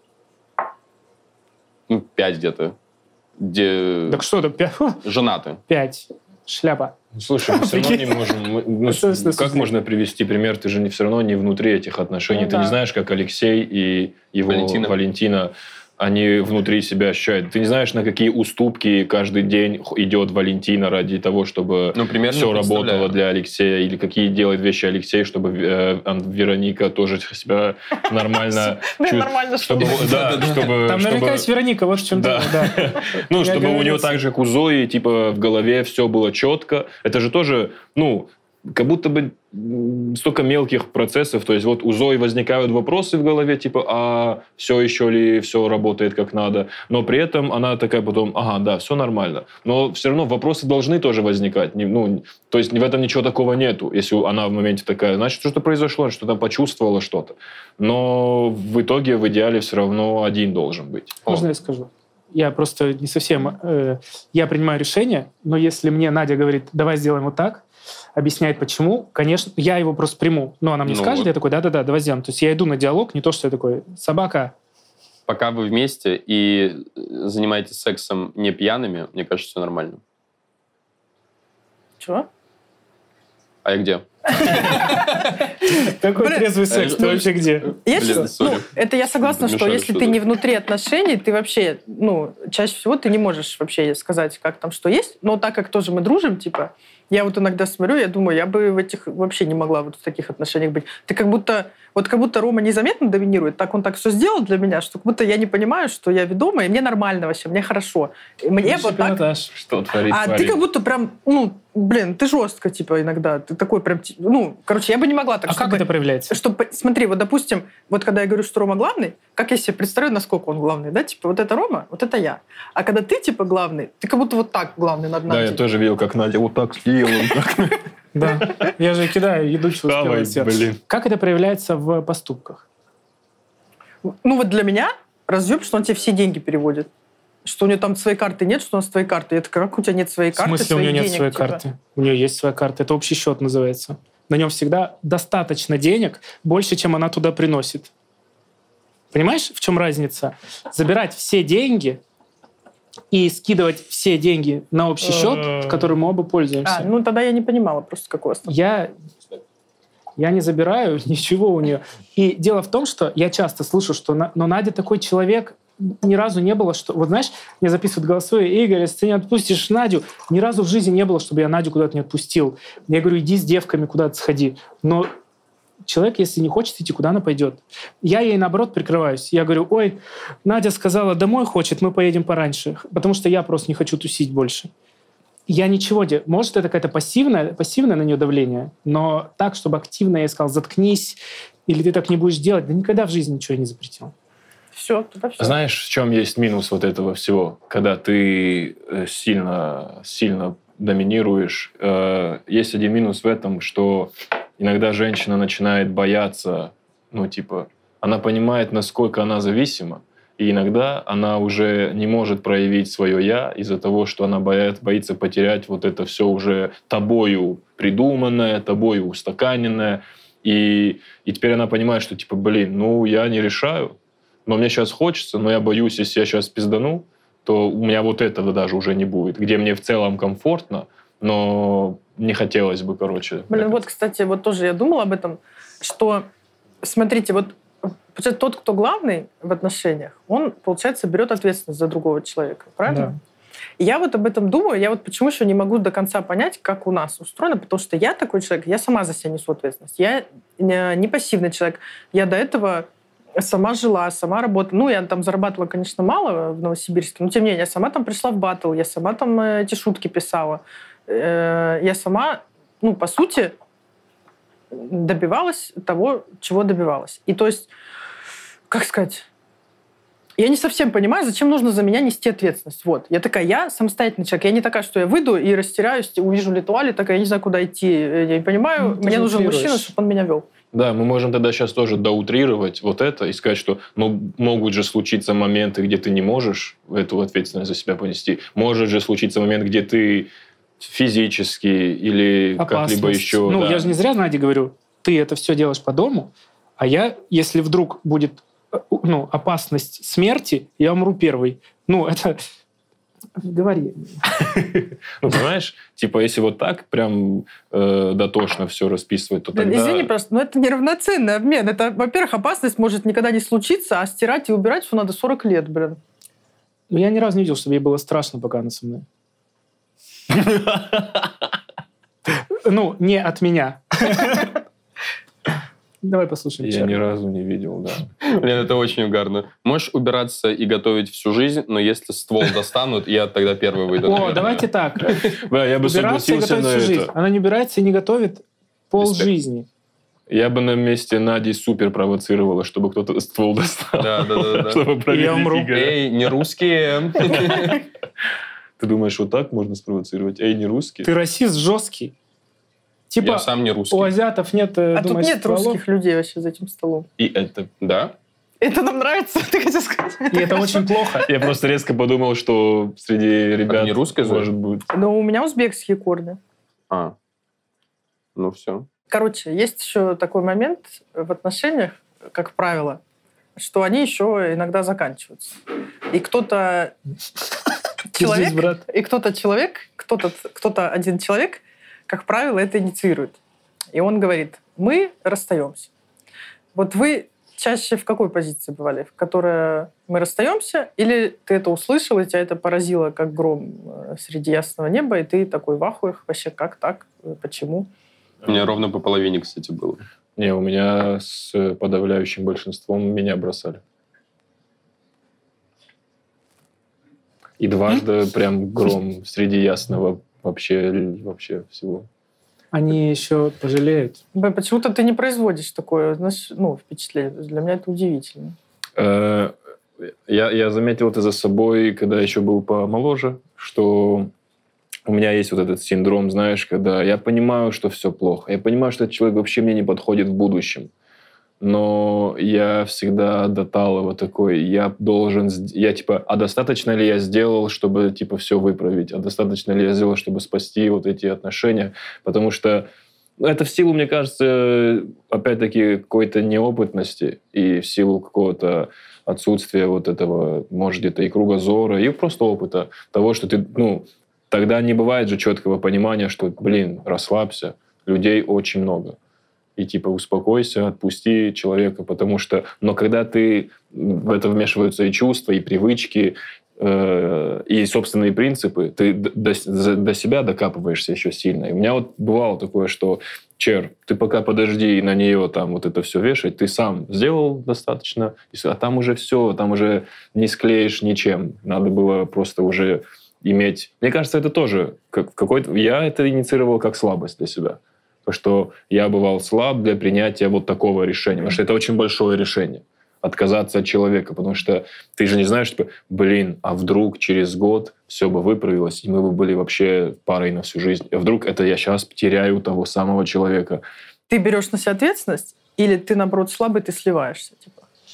5 где-то. Где Так что там? женаты. 5. Шляпа. Слушай, мы все равно не можем... Как можно привести пример? Ты же все равно не внутри этих отношений. Ну Ты не да. знаешь, как Алексей и его Валентина, они внутри себя ощущают. Ты не знаешь, на какие уступки каждый день идет Валентина ради того, чтобы Примерно все представляю. работало для Алексея, или какие делает вещи Алексей, чтобы Вероника тоже себя нормально... Нормально, чтобы Там наверняка есть Вероника, вот в чем дело. Да. Ну, Я чтобы у него оговорился. так же, как у Зои, типа, в голове все было четко. Это же тоже, как будто бы столько мелких процессов. То есть вот у Зои возникают вопросы в голове, типа, а все еще ли все работает как надо? Но при этом она такая потом, ага, да, все нормально. Но все равно вопросы должны тоже возникать. То есть в этом ничего такого нету. Если она в моменте такая, значит, что-то произошло, что-то почувствовала что-то. Но в итоге, в идеале, все равно один должен быть. Можно я скажу? Я просто не совсем... я принимаю решение, но если мне Надя говорит, давай сделаем вот так, объясняет почему, конечно, я его просто приму. Но она мне скажет, я такой, да-да-да, давай сделаем. То есть я иду на диалог, не то, что я такой, собака. Пока вы вместе и занимаетесь сексом не пьяными, мне кажется, все нормально. Чего? А я где? Какой трезвый секс, ты вообще где? Сори. Я согласна, что Мешали если что-то. ты не внутри отношений, ты вообще, чаще всего ты не можешь вообще сказать, как там что есть. Но так как тоже мы дружим, типа, я вот иногда смотрю, я думаю, я бы в этих вообще не могла вот в таких отношениях быть. Ты как будто Рома незаметно доминирует, так он так все сделал для меня, что как будто я не понимаю, что я ведомая, и мне нормально вообще, мне хорошо. И мне вот так... Наташ. Что творить? А ты как будто прям, ты жестко, типа, иногда. Ты такой прям, я бы не могла так. А как это проявляется? Смотри, вот, допустим, вот когда я говорю, что Рома главный, как я себе представляю, насколько он главный, да? Типа, вот это Рома, вот это я. А когда ты, типа, главный, ты как будто вот так главный над нами. Да, я тоже видел, как Надя вот так сделала. Да. Я же кидаю еду, что Давай, успеваю. блин. Как это проявляется в поступках? Вот для меня разъеб, что он тебе все деньги переводит. Что у него там своей карты нет, что у нас твоей карты. Я такая, как у тебя нет своей В карты? смысле, у нее своих нет денег, своей типа? карты? У нее есть своя карта. Это общий счет называется. На нем всегда достаточно денег, больше, чем она туда приносит. Понимаешь, в чем разница? Забирать все деньги и скидывать все деньги на общий счет, которым мы оба пользуемся. Тогда я не понимала просто, какой остаток. Я не забираю ничего у нее. И дело в том, что я часто слышу, что но Надя такой человек, ни разу не было, что... Вот знаешь, мне записывают голосовые, Игорь, если ты не отпустишь Надю, ни разу в жизни не было, чтобы я Надю куда-то не отпустил. Я говорю, иди с девками куда-то сходи. Но человек, если не хочет идти, куда она пойдет? Я ей, наоборот, прикрываюсь. Я говорю, ой, Надя сказала, домой хочет, мы поедем пораньше. Потому что я просто не хочу тусить больше. Я ничего... Может, это какое-то пассивное на нее давление, но так, чтобы активно я ей сказал, заткнись, или ты так не будешь делать, да никогда в жизни ничего я не запретил. Все, тогда все. Знаешь, в чем есть минус вот этого всего? Когда ты сильно доминируешь. Есть один минус в этом, что иногда женщина начинает бояться, она понимает, насколько она зависима, И иногда она уже не может проявить свое «я» из-за того, что она боится потерять вот это все уже тобою придуманное, тобою устаканенное. И теперь она понимает, что типа, я не решаю, но мне сейчас хочется, но я боюсь, если я сейчас пиздану, то у меня вот этого даже уже не будет, где мне в целом комфортно, но не хотелось бы, короче. Вот, кстати, вот тоже я думала об этом, что, смотрите, вот тот, кто главный в отношениях, он, получается, берет ответственность за другого человека, правильно? Да. И я вот об этом думаю, я вот почему еще не могу до конца понять, как у нас устроено, потому что я такой человек, я сама за себя несу ответственность. Я не пассивный человек. Я до этого сама жила, сама работала. Я там зарабатывала, конечно, мало в Новосибирске, но тем не менее, я сама там пришла в баттл, я сама там эти шутки писала. Я сама, по сути, добивалась того, чего добивалась. И то есть, как сказать, я не совсем понимаю, зачем нужно за меня нести ответственность. Вот. Я самостоятельный человек. Я не такая, что я выйду и растеряюсь, увижу литуаль, такая, я не знаю, идти. Я не понимаю, мне нужен мужчина, чтобы он меня вел. Да, мы можем тогда сейчас тоже доутрировать вот это и сказать, что могут же случиться моменты, где ты не можешь эту ответственность за себя понести. Может же случиться момент, где ты физически или как-либо еще... Я же не зря Наде говорю, ты это все делаешь по дому, а я, если вдруг будет опасность смерти, я умру первый. Это... Говори. Понимаешь, если вот так прям дотошно все расписывать, то тогда... Извини, просто, это неравноценный обмен. Это, во-первых, опасность может никогда не случиться, а стирать и убирать все надо 40 лет, Я ни разу не видел, чтобы ей было страшно, пока она со мной. Не от меня. Давай послушаем. Я ни разу не видел, да. Это очень угарно. Можешь убираться и готовить всю жизнь, но если ствол достанут, я тогда первый выйду. Давайте так. Я бы согласился на это. Она не убирается и не готовит полжизни. Я бы на месте Нади супер провоцировала, чтобы кто-то ствол достал. Да. Чтобы проверить. Я умру. Эй, не русские. Ты думаешь, вот так можно спровоцировать? Эй, не русские? Ты расист жесткий. Я сам не русский. У азиатов нет... тут нет русских людей вообще за этим столом. И это... Да? Это нам нравится, ты хотел сказать. И это очень плохо. Я просто резко подумал, что среди ребят... не русская, может быть. У меня узбекские корни. Все. Короче, есть еще такой момент в отношениях, как правило, что они еще иногда заканчиваются. И кто-то человек, кто-то один человек, как правило, это инициирует. И он говорит, мы расстаемся. Вот вы чаще в какой позиции бывали? В которой мы расстаемся? Или ты это услышал, и тебя это поразило, как гром среди ясного неба, и ты такой в ахуях вообще, как так? Почему? У меня ровно по половине, кстати, было. Не, у меня с подавляющим большинством меня бросали. И дважды прям гром среди ясного вообще всего. Они еще пожалеют. Почему-то ты не производишь такое впечатление. Для меня это удивительно. Я заметил это за собой, когда еще был помоложе, что у меня есть вот этот синдром, знаешь, когда я понимаю, что все плохо. Я понимаю, что этот человек вообще мне не подходит в будущем. Но я всегда до талого такой, а достаточно ли я сделал, чтобы, все выправить? А достаточно ли я сделал, чтобы спасти вот эти отношения? Потому что это в силу, мне кажется, опять-таки, какой-то неопытности и в силу какого-то отсутствия вот этого, может, где-то и кругозора, и просто опыта того, что ты, тогда не бывает же четкого понимания, что, расслабься, людей очень много. И успокойся, отпусти человека, потому что... Но когда в это вмешиваются и чувства, и привычки, и собственные принципы, ты до себя докапываешься еще сильно. И у меня вот бывало такое, что, ты пока подожди на нее там вот это все вешать, ты сам сделал достаточно, а там уже все, там уже не склеишь ничем. Надо было просто уже иметь... Мне кажется, это тоже какой-то... Я это инициировал как слабость для себя. Что я бывал слаб для принятия вот такого решения. Потому что это очень большое решение. Отказаться от человека. Потому что ты же не знаешь, а вдруг через год все бы выправилось, и мы бы были вообще парой на всю жизнь. А вдруг это я сейчас теряю того самого человека. Ты берешь на себя ответственность? Или ты, наоборот, слабый, ты сливаешься?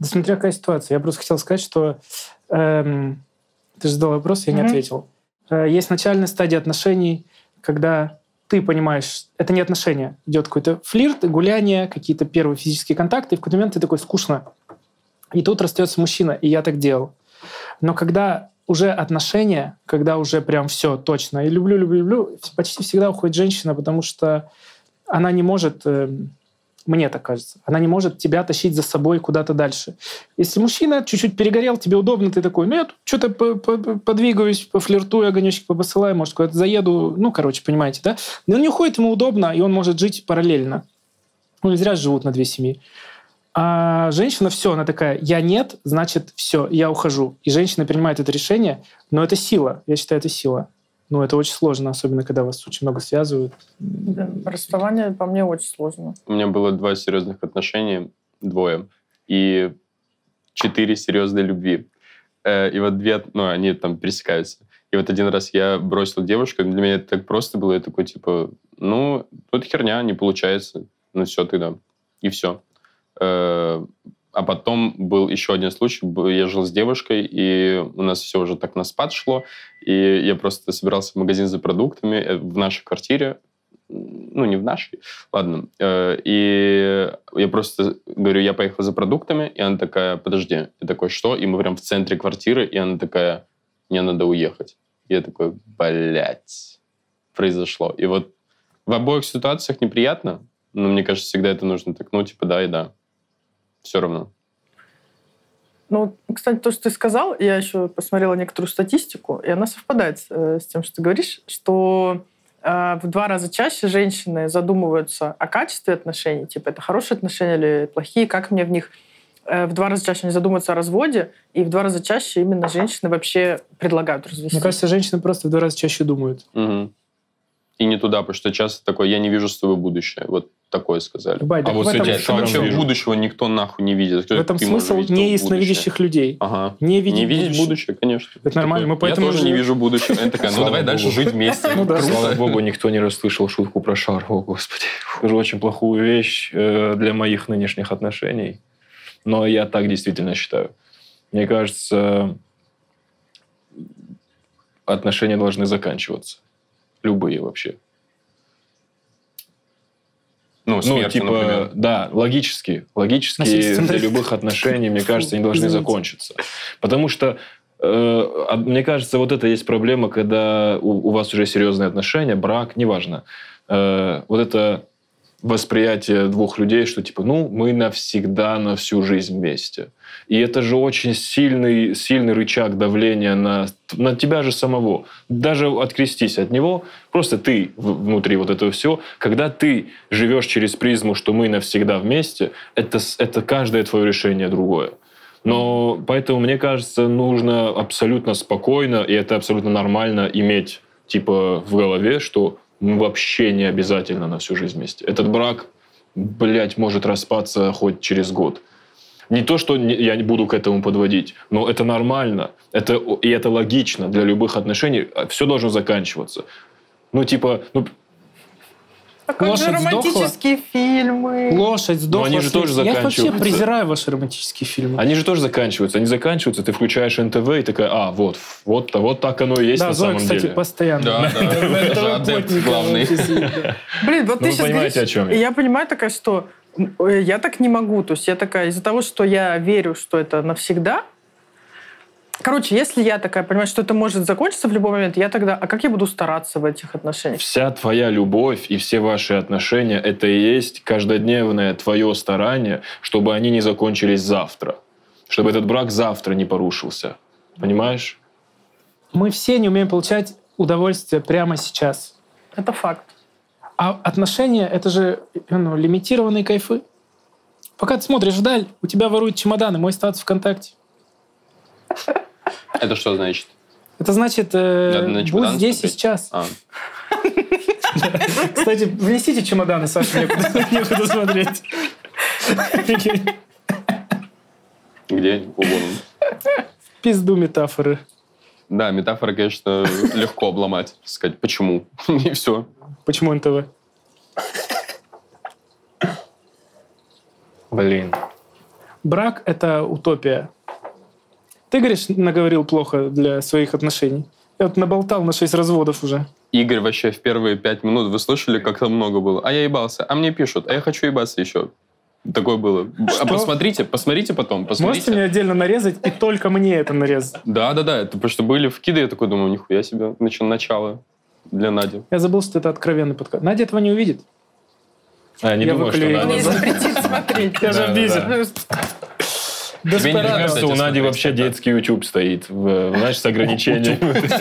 Да смотря какая ситуация. Я просто хотел сказать, что ты же задал вопрос, я не ответил. Есть начальная стадия отношений, когда ты понимаешь, это не отношения, идет какой-то флирт, гуляние, какие-то первые физические контакты, и в какой-то момент ты такой скучно. И тут растется мужчина, и я так делал. Но когда уже отношения, когда уже прям все точно, и люблю, почти всегда уходит женщина, потому что она не может, мне так кажется, она не может тебя тащить за собой куда-то дальше. Если мужчина чуть-чуть перегорел, тебе удобно, ты такой, я тут что-то подвигаюсь, пофлиртую, огонечек попосылаю, может, куда-то заеду, понимаете, да? Но он не уходит, ему удобно, и он может жить параллельно. Не зря живут на 2 семьи. А женщина, все, она такая, я нет, значит, все, я ухожу. И женщина принимает это решение, но это сила, я считаю, это сила. Это очень сложно, особенно когда вас очень много связывают. Да, расставание по мне очень сложно. У меня было 2 серьезных отношения, 2, и 4 серьезной любви. И вот 2, они там пересекаются. И вот один раз я бросил девушку, для меня это так просто было, я такой, это херня, не получается, все тогда, и все. А потом был еще один случай. Я жил с девушкой, и у нас все уже так на спад шло. И я просто собирался в магазин за продуктами в нашей квартире. Не в нашей, ладно. И я просто говорю, я поехал за продуктами, и она такая, подожди. Я такой, что? И мы прям в центре квартиры, и она такая, мне надо уехать. И я такой, произошло. И вот в обоих ситуациях неприятно, но мне кажется, всегда это нужно так, да и да. Все равно. Кстати, то, что ты сказал, я еще посмотрела некоторую статистику, и она совпадает с тем, что ты говоришь, что в 2 раза чаще женщины задумываются о качестве отношений, это хорошие отношения или плохие, как мне в них. В 2 раза чаще они задумываются о разводе, и в 2 раза чаще именно женщины вообще предлагают развестись. Мне кажется, женщины просто в 2 раза чаще думают. Угу. И не туда, потому что часто такое, я не вижу с тобой будущее. Вот такое сказали. А вот вообще будущего никто нахуй не видит. В этом смысл не ясновидящих людей. Ага. Не видеть будущее, конечно. Это нормально. Мы поэтому я тоже не вижу будущего. Я такая, давай дальше жить вместе. Слава богу, никто не расслышал шутку про шар. О, Господи. Скажу очень плохую вещь для моих нынешних отношений. Но я так действительно считаю. Мне кажется, отношения должны заканчиваться. Любые вообще. Смертью, например. Да, логически для любых отношений, мне кажется, они должны закончиться. Потому что, мне кажется, вот это есть проблема, когда у вас уже серьезные отношения, брак, неважно. Вот это восприятие 2 людей, что мы навсегда, на всю жизнь вместе. И это же очень сильный рычаг давления на тебя же самого. Даже открестись от него, просто ты внутри вот этого всего. Когда ты живешь через призму, что мы навсегда вместе, это каждое твое решение другое. Но поэтому, мне кажется, нужно абсолютно спокойно, и это абсолютно нормально иметь в голове, что вообще не обязательно на всю жизнь вместе. Этот брак, может распаться хоть через год. Не то, что я не буду к этому подводить, но это нормально. И это логично для любых отношений. Все должно заканчиваться. А как же романтические фильмы? Лошадь сдохла. Но они же тоже заканчиваются. Я вообще презираю ваши романтические фильмы. Они же тоже заканчиваются. Они заканчиваются, ты включаешь НТВ и такая, вот так оно и есть на самом деле. Да, кстати, постоянно. Да, это же адепт главный. Блин, вот ты сейчас понимаете, о чем я. И я понимаю такая, что я так не могу. То есть я такая, из-за того, что я верю, что это навсегда. Короче, если я такая понимаю, что это может закончиться в любой момент, я тогда... А как я буду стараться в этих отношениях? Вся твоя любовь и все ваши отношения — это и есть каждодневное твое старание, чтобы они не закончились завтра. Чтобы этот брак завтра не порушился. Понимаешь? Мы все не умеем получать удовольствие прямо сейчас. Это факт. А отношения — это же лимитированные кайфы. Пока ты смотришь вдаль, у тебя воруют чемоданы, мой статус ВКонтакте. Это что значит? Это значит, будь здесь и сейчас. Кстати, внесите чемоданы, Саша, некуда смотреть. Где? В пизду метафоры. Да, метафоры, конечно, легко обломать. Сказать, почему. И все. Почему НТВ? Блин. Брак — это утопия. Ты, говоришь, наговорил плохо для своих отношений. Я вот наболтал на 6 разводов уже. Игорь вообще в первые 5 минут, вы слышали, как там много было? А я ебался, а мне пишут, а я хочу ебаться еще. Такое было. Что? А посмотрите потом, посмотрите. Можете мне отдельно нарезать и только мне это нарезать? Да, это потому что были вкиды, я такой думаю, нихуя себе, начало для Нади. Я забыл, что это откровенный подкаст. Надя этого не увидит. Я не думаю, что выклею. Надя... Мне запретит смотреть. Я же обидел. Мне кажется, у Нади вообще детский YouTube стоит, знаешь, с ограничением.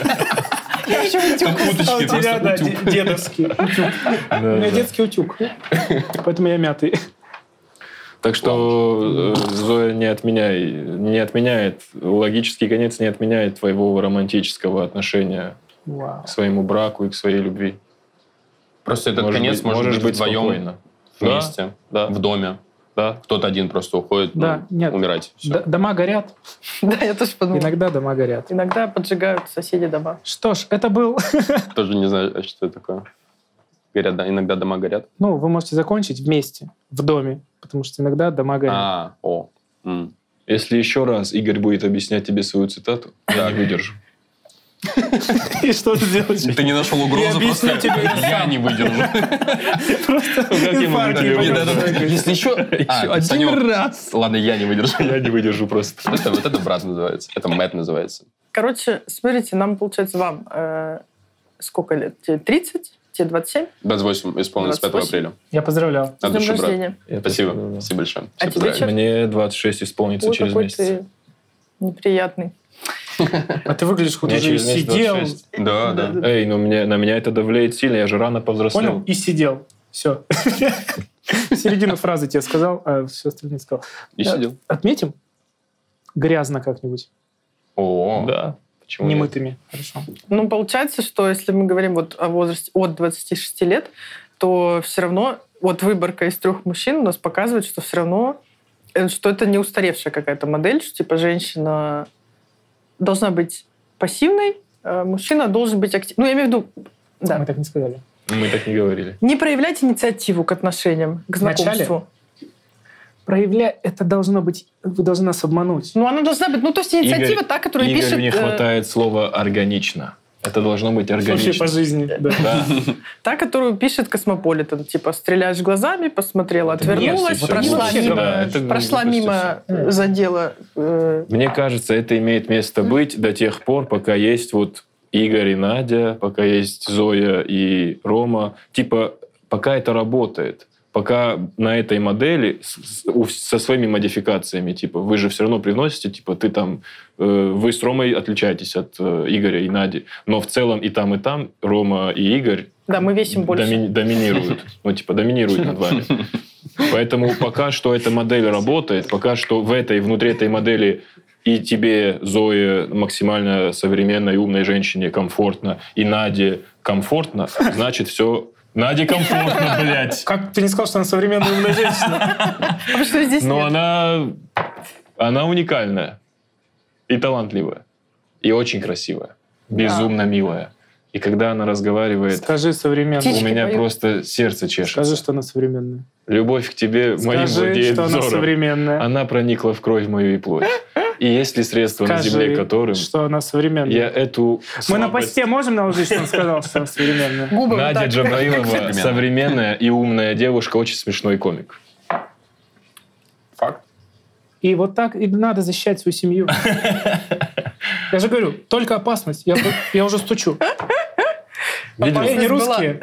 Там уточки, У тебя, да, просто утюг. дедовский утюг. У меня детский утюг. Поэтому я мятый. Так что Зоя не отменяет, логический конец не отменяет твоего романтического отношения Вау. к своему браку и к своей любви. Просто этот конец может быть вдвоем, спокойно. вместе, Да. в доме. Да. Кто-то один просто уходит Да, нет. умирать. Всё. Дома горят. Да, я тоже подумала. Иногда дома горят. Иногда поджигают соседи дома. Что ж, это был... Тоже не знаю, что это такое. Горят, да, иногда дома горят. Ну, вы можете закончить вместе, в доме, потому что иногда дома горят. Если еще раз Игорь будет объяснять тебе свою цитату, я не выдержу. И что ты делаешь? Ты не нашел Я угрозу, объясню просто тебе я не выдержу. Просто инфаркт не помогает. Если еще Один раз. Ладно, я не выдержу. Я не выдержу просто. Вот это брат называется. Это Мэтт называется. Короче, смотрите, нам, получается, вам сколько лет? Тебе 30? Тебе 27? 28 исполнилось 5 28. апреля. Я поздравляю. С От днем души, брат. рождения. Спасибо. Спасибо большое. А Все тебе поздравляю. чё? Мне 26 исполнится Ой, через какой месяц. ты неприятный. А ты выглядишь, хоть Мне уже через месяц сидел. 26. Да. Эй, ну на меня это давляет сильно, я же рано повзрослел. Понял? И сидел. Все. Середину фразы тебе сказал, а все остальное не сказал. И сидел. Отметим? Грязно как-нибудь. О, Да. Почему нет? Немытыми. Хорошо. Ну, получается, что если мы говорим вот о возрасте от 26 лет, то все равно вот выборка из 3 мужчин у нас показывает, что все равно что это не устаревшая какая-то модель, что типа женщина должна быть пассивной, а мужчина должен быть активным. Ну, я имею в виду, да. Мы так не сказали. Мы так не говорили. Не проявлять инициативу к отношениям, к знакомству. Проявляй, это должно быть, вы должны нас обмануть. Ну, она должна быть, ну, то есть инициатива та, которая Игорю пишет... не хватает слова «органично». Это должно быть органично. Вообще по жизни. Да. Да. Та, которую пишет Космополитен. Типа, стреляешь глазами, посмотрела, Это отвернулась, мерзость, прошла это мимо, да, это прошла глупости мимо задела. Мне кажется, это имеет место быть до тех пор, пока есть вот Игорь и Надя, пока есть Зоя и Рома. Типа, пока это работает. Пока на этой модели со своими модификациями, типа, вы же все равно привносите, типа, ты там, вы с Ромой отличаетесь от Игоря и Нади, но в целом и там Рома и Игорь Да, мы весим больше. доминируют. Ну, типа, доминируют над вами. Поэтому пока что эта модель работает, пока что внутри этой модели и тебе, Зое, максимально современной, умной женщине комфортно, и Наде комфортно, значит, все... Наде комфортно, блядь. Как ты не сказал, что она современная умная женщина? А что здесь Но нет? она уникальная и талантливая, и очень красивая, безумно милая. И когда она разговаривает, Скажи современная. у Птички меня поют. просто сердце чешется. Скажи, что она современная. Любовь к тебе моим Скажи, владеет что она взором. современная. Она проникла в кровь мою и плоть. И есть ли средства на земле, которым что она современная. я эту Мы на слабость- посте можем наложить, что он сказал, что она современная? Губы вот Надя так. Джабраилова, Современная. современная и умная девушка, очень смешной комик. Факт. И вот так и надо защищать свою семью. Я же говорю, только опасность. Я уже стучу. Видел? А я не Опасность была. русские.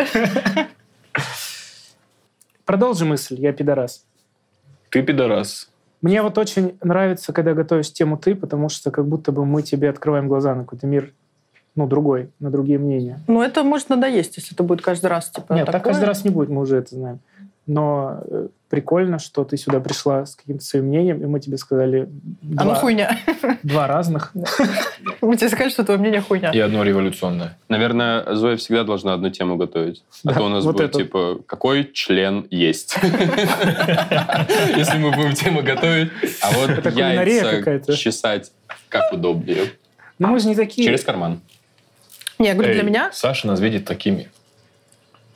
Продолжи мысль, я пидорас. Ты пидорас. Мне вот очень нравится, когда готовишь тему ты, потому что как будто бы мы тебе открываем глаза на какой-то мир, ну, другой, на другие мнения. Ну, это может надоесть, если это будет каждый раз. Типа, Нет, так такое. каждый раз не будет, мы уже это знаем. Но прикольно, что ты сюда пришла с каким-то своим мнением, и мы тебе сказали А ну хуйня. два разных. Мы тебе сказали, что твое мнение хуйня. И одно революционное. Наверное, Зоя всегда должна одну тему готовить. А Да, то у нас вот будет, это. типа, какой член есть? Если мы будем тему готовить. А вот Это кулинария яйца какая-то. чесать как удобнее. Но мы же не такие. Через карман. Не, я говорю, для Эй, меня... Саша нас видит такими.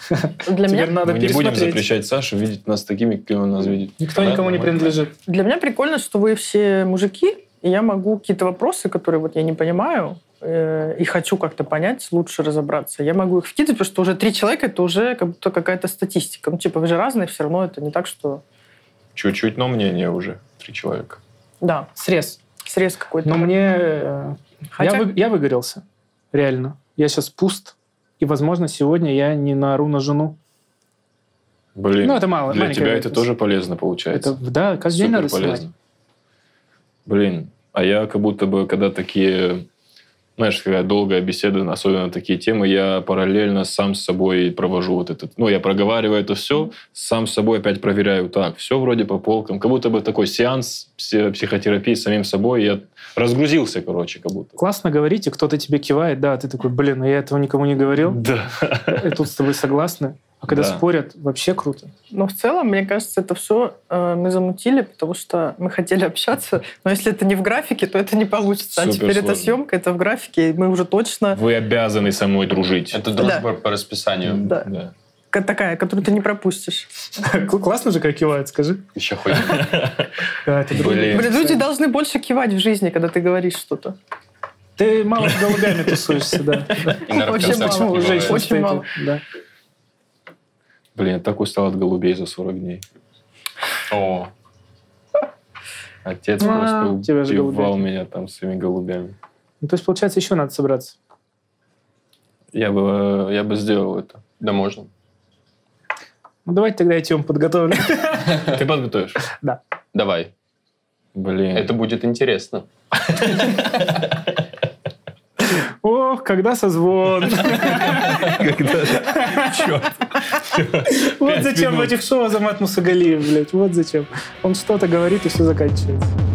Для Теперь меня, надо Мы не будем пересмотреть. запрещать Саше видеть нас такими, какими он нас видит. Никто Да, никому не нормально. принадлежит. для меня прикольно, что вы все мужики, и я могу какие-то вопросы, которые вот я не понимаю, и хочу как-то понять, лучше разобраться. Я могу их вкидывать, потому что уже 3 человека — это уже как будто какая-то статистика. Ну, типа, вы же разные, все равно это не так, что... Чуть-чуть, но мнение уже. 3 человека. Да, срез какой-то. Но мне... Хотя- Я выгорелся. Реально. Я сейчас пуст. И, возможно, сегодня я не наору на жену. Блин, Ну, это мало. для маленькая тебя это вероятность. тоже полезно получается. Это, да, каждый день надо Супер снимать. полезно. Блин, а я как будто бы, когда такие, знаешь, такая долгая беседа, особенно на такие темы, я параллельно сам с собой провожу вот этот... Ну, я проговариваю это все, сам с собой опять проверяю. Так, все вроде по полкам. Как будто бы такой сеанс психотерапии с самим собой. Я разгрузился, короче, как будто. Классно говорить, и кто-то тебе кивает, да, ты такой, блин, я этого никому не говорил. Да. И тут с тобой согласны. А когда Да. спорят, вообще круто. Но в целом, мне кажется, это все мы замутили, потому что мы хотели общаться, но если это не в графике, то это не получится. А Супер теперь это сложно. съемка, это в графике, и мы уже точно... Вы обязаны со мной дружить. Это дружба по расписанию. Да. Да. Такая, которую ты не пропустишь. Классно же, как кивают, скажи. Еще хоть. Да, это дружба. Блин. Блин, люди должны больше кивать в жизни, когда ты говоришь что-то. Ты мало с голубями тусуешься, да. И на Очень рок-концертах мало. Почему у бывает. женщин Очень стоит? мало. Да. Блин, я так устал от голубей за 40 дней. О, Отец А, тебя просто же убивал голубей. меня там своими голубями. Ну, то есть, получается, еще надо собраться. Я бы сделал это. да можно. Ну, давайте тогда я тему подготовлю. Ты подготовишь? Давай. Блин. Это будет интересно. Ох, когда созвон. Черт. Вот зачем в этих шоу Азамат Мусагалиев, блядь. Вот зачем. Он что-то говорит, и все заканчивается.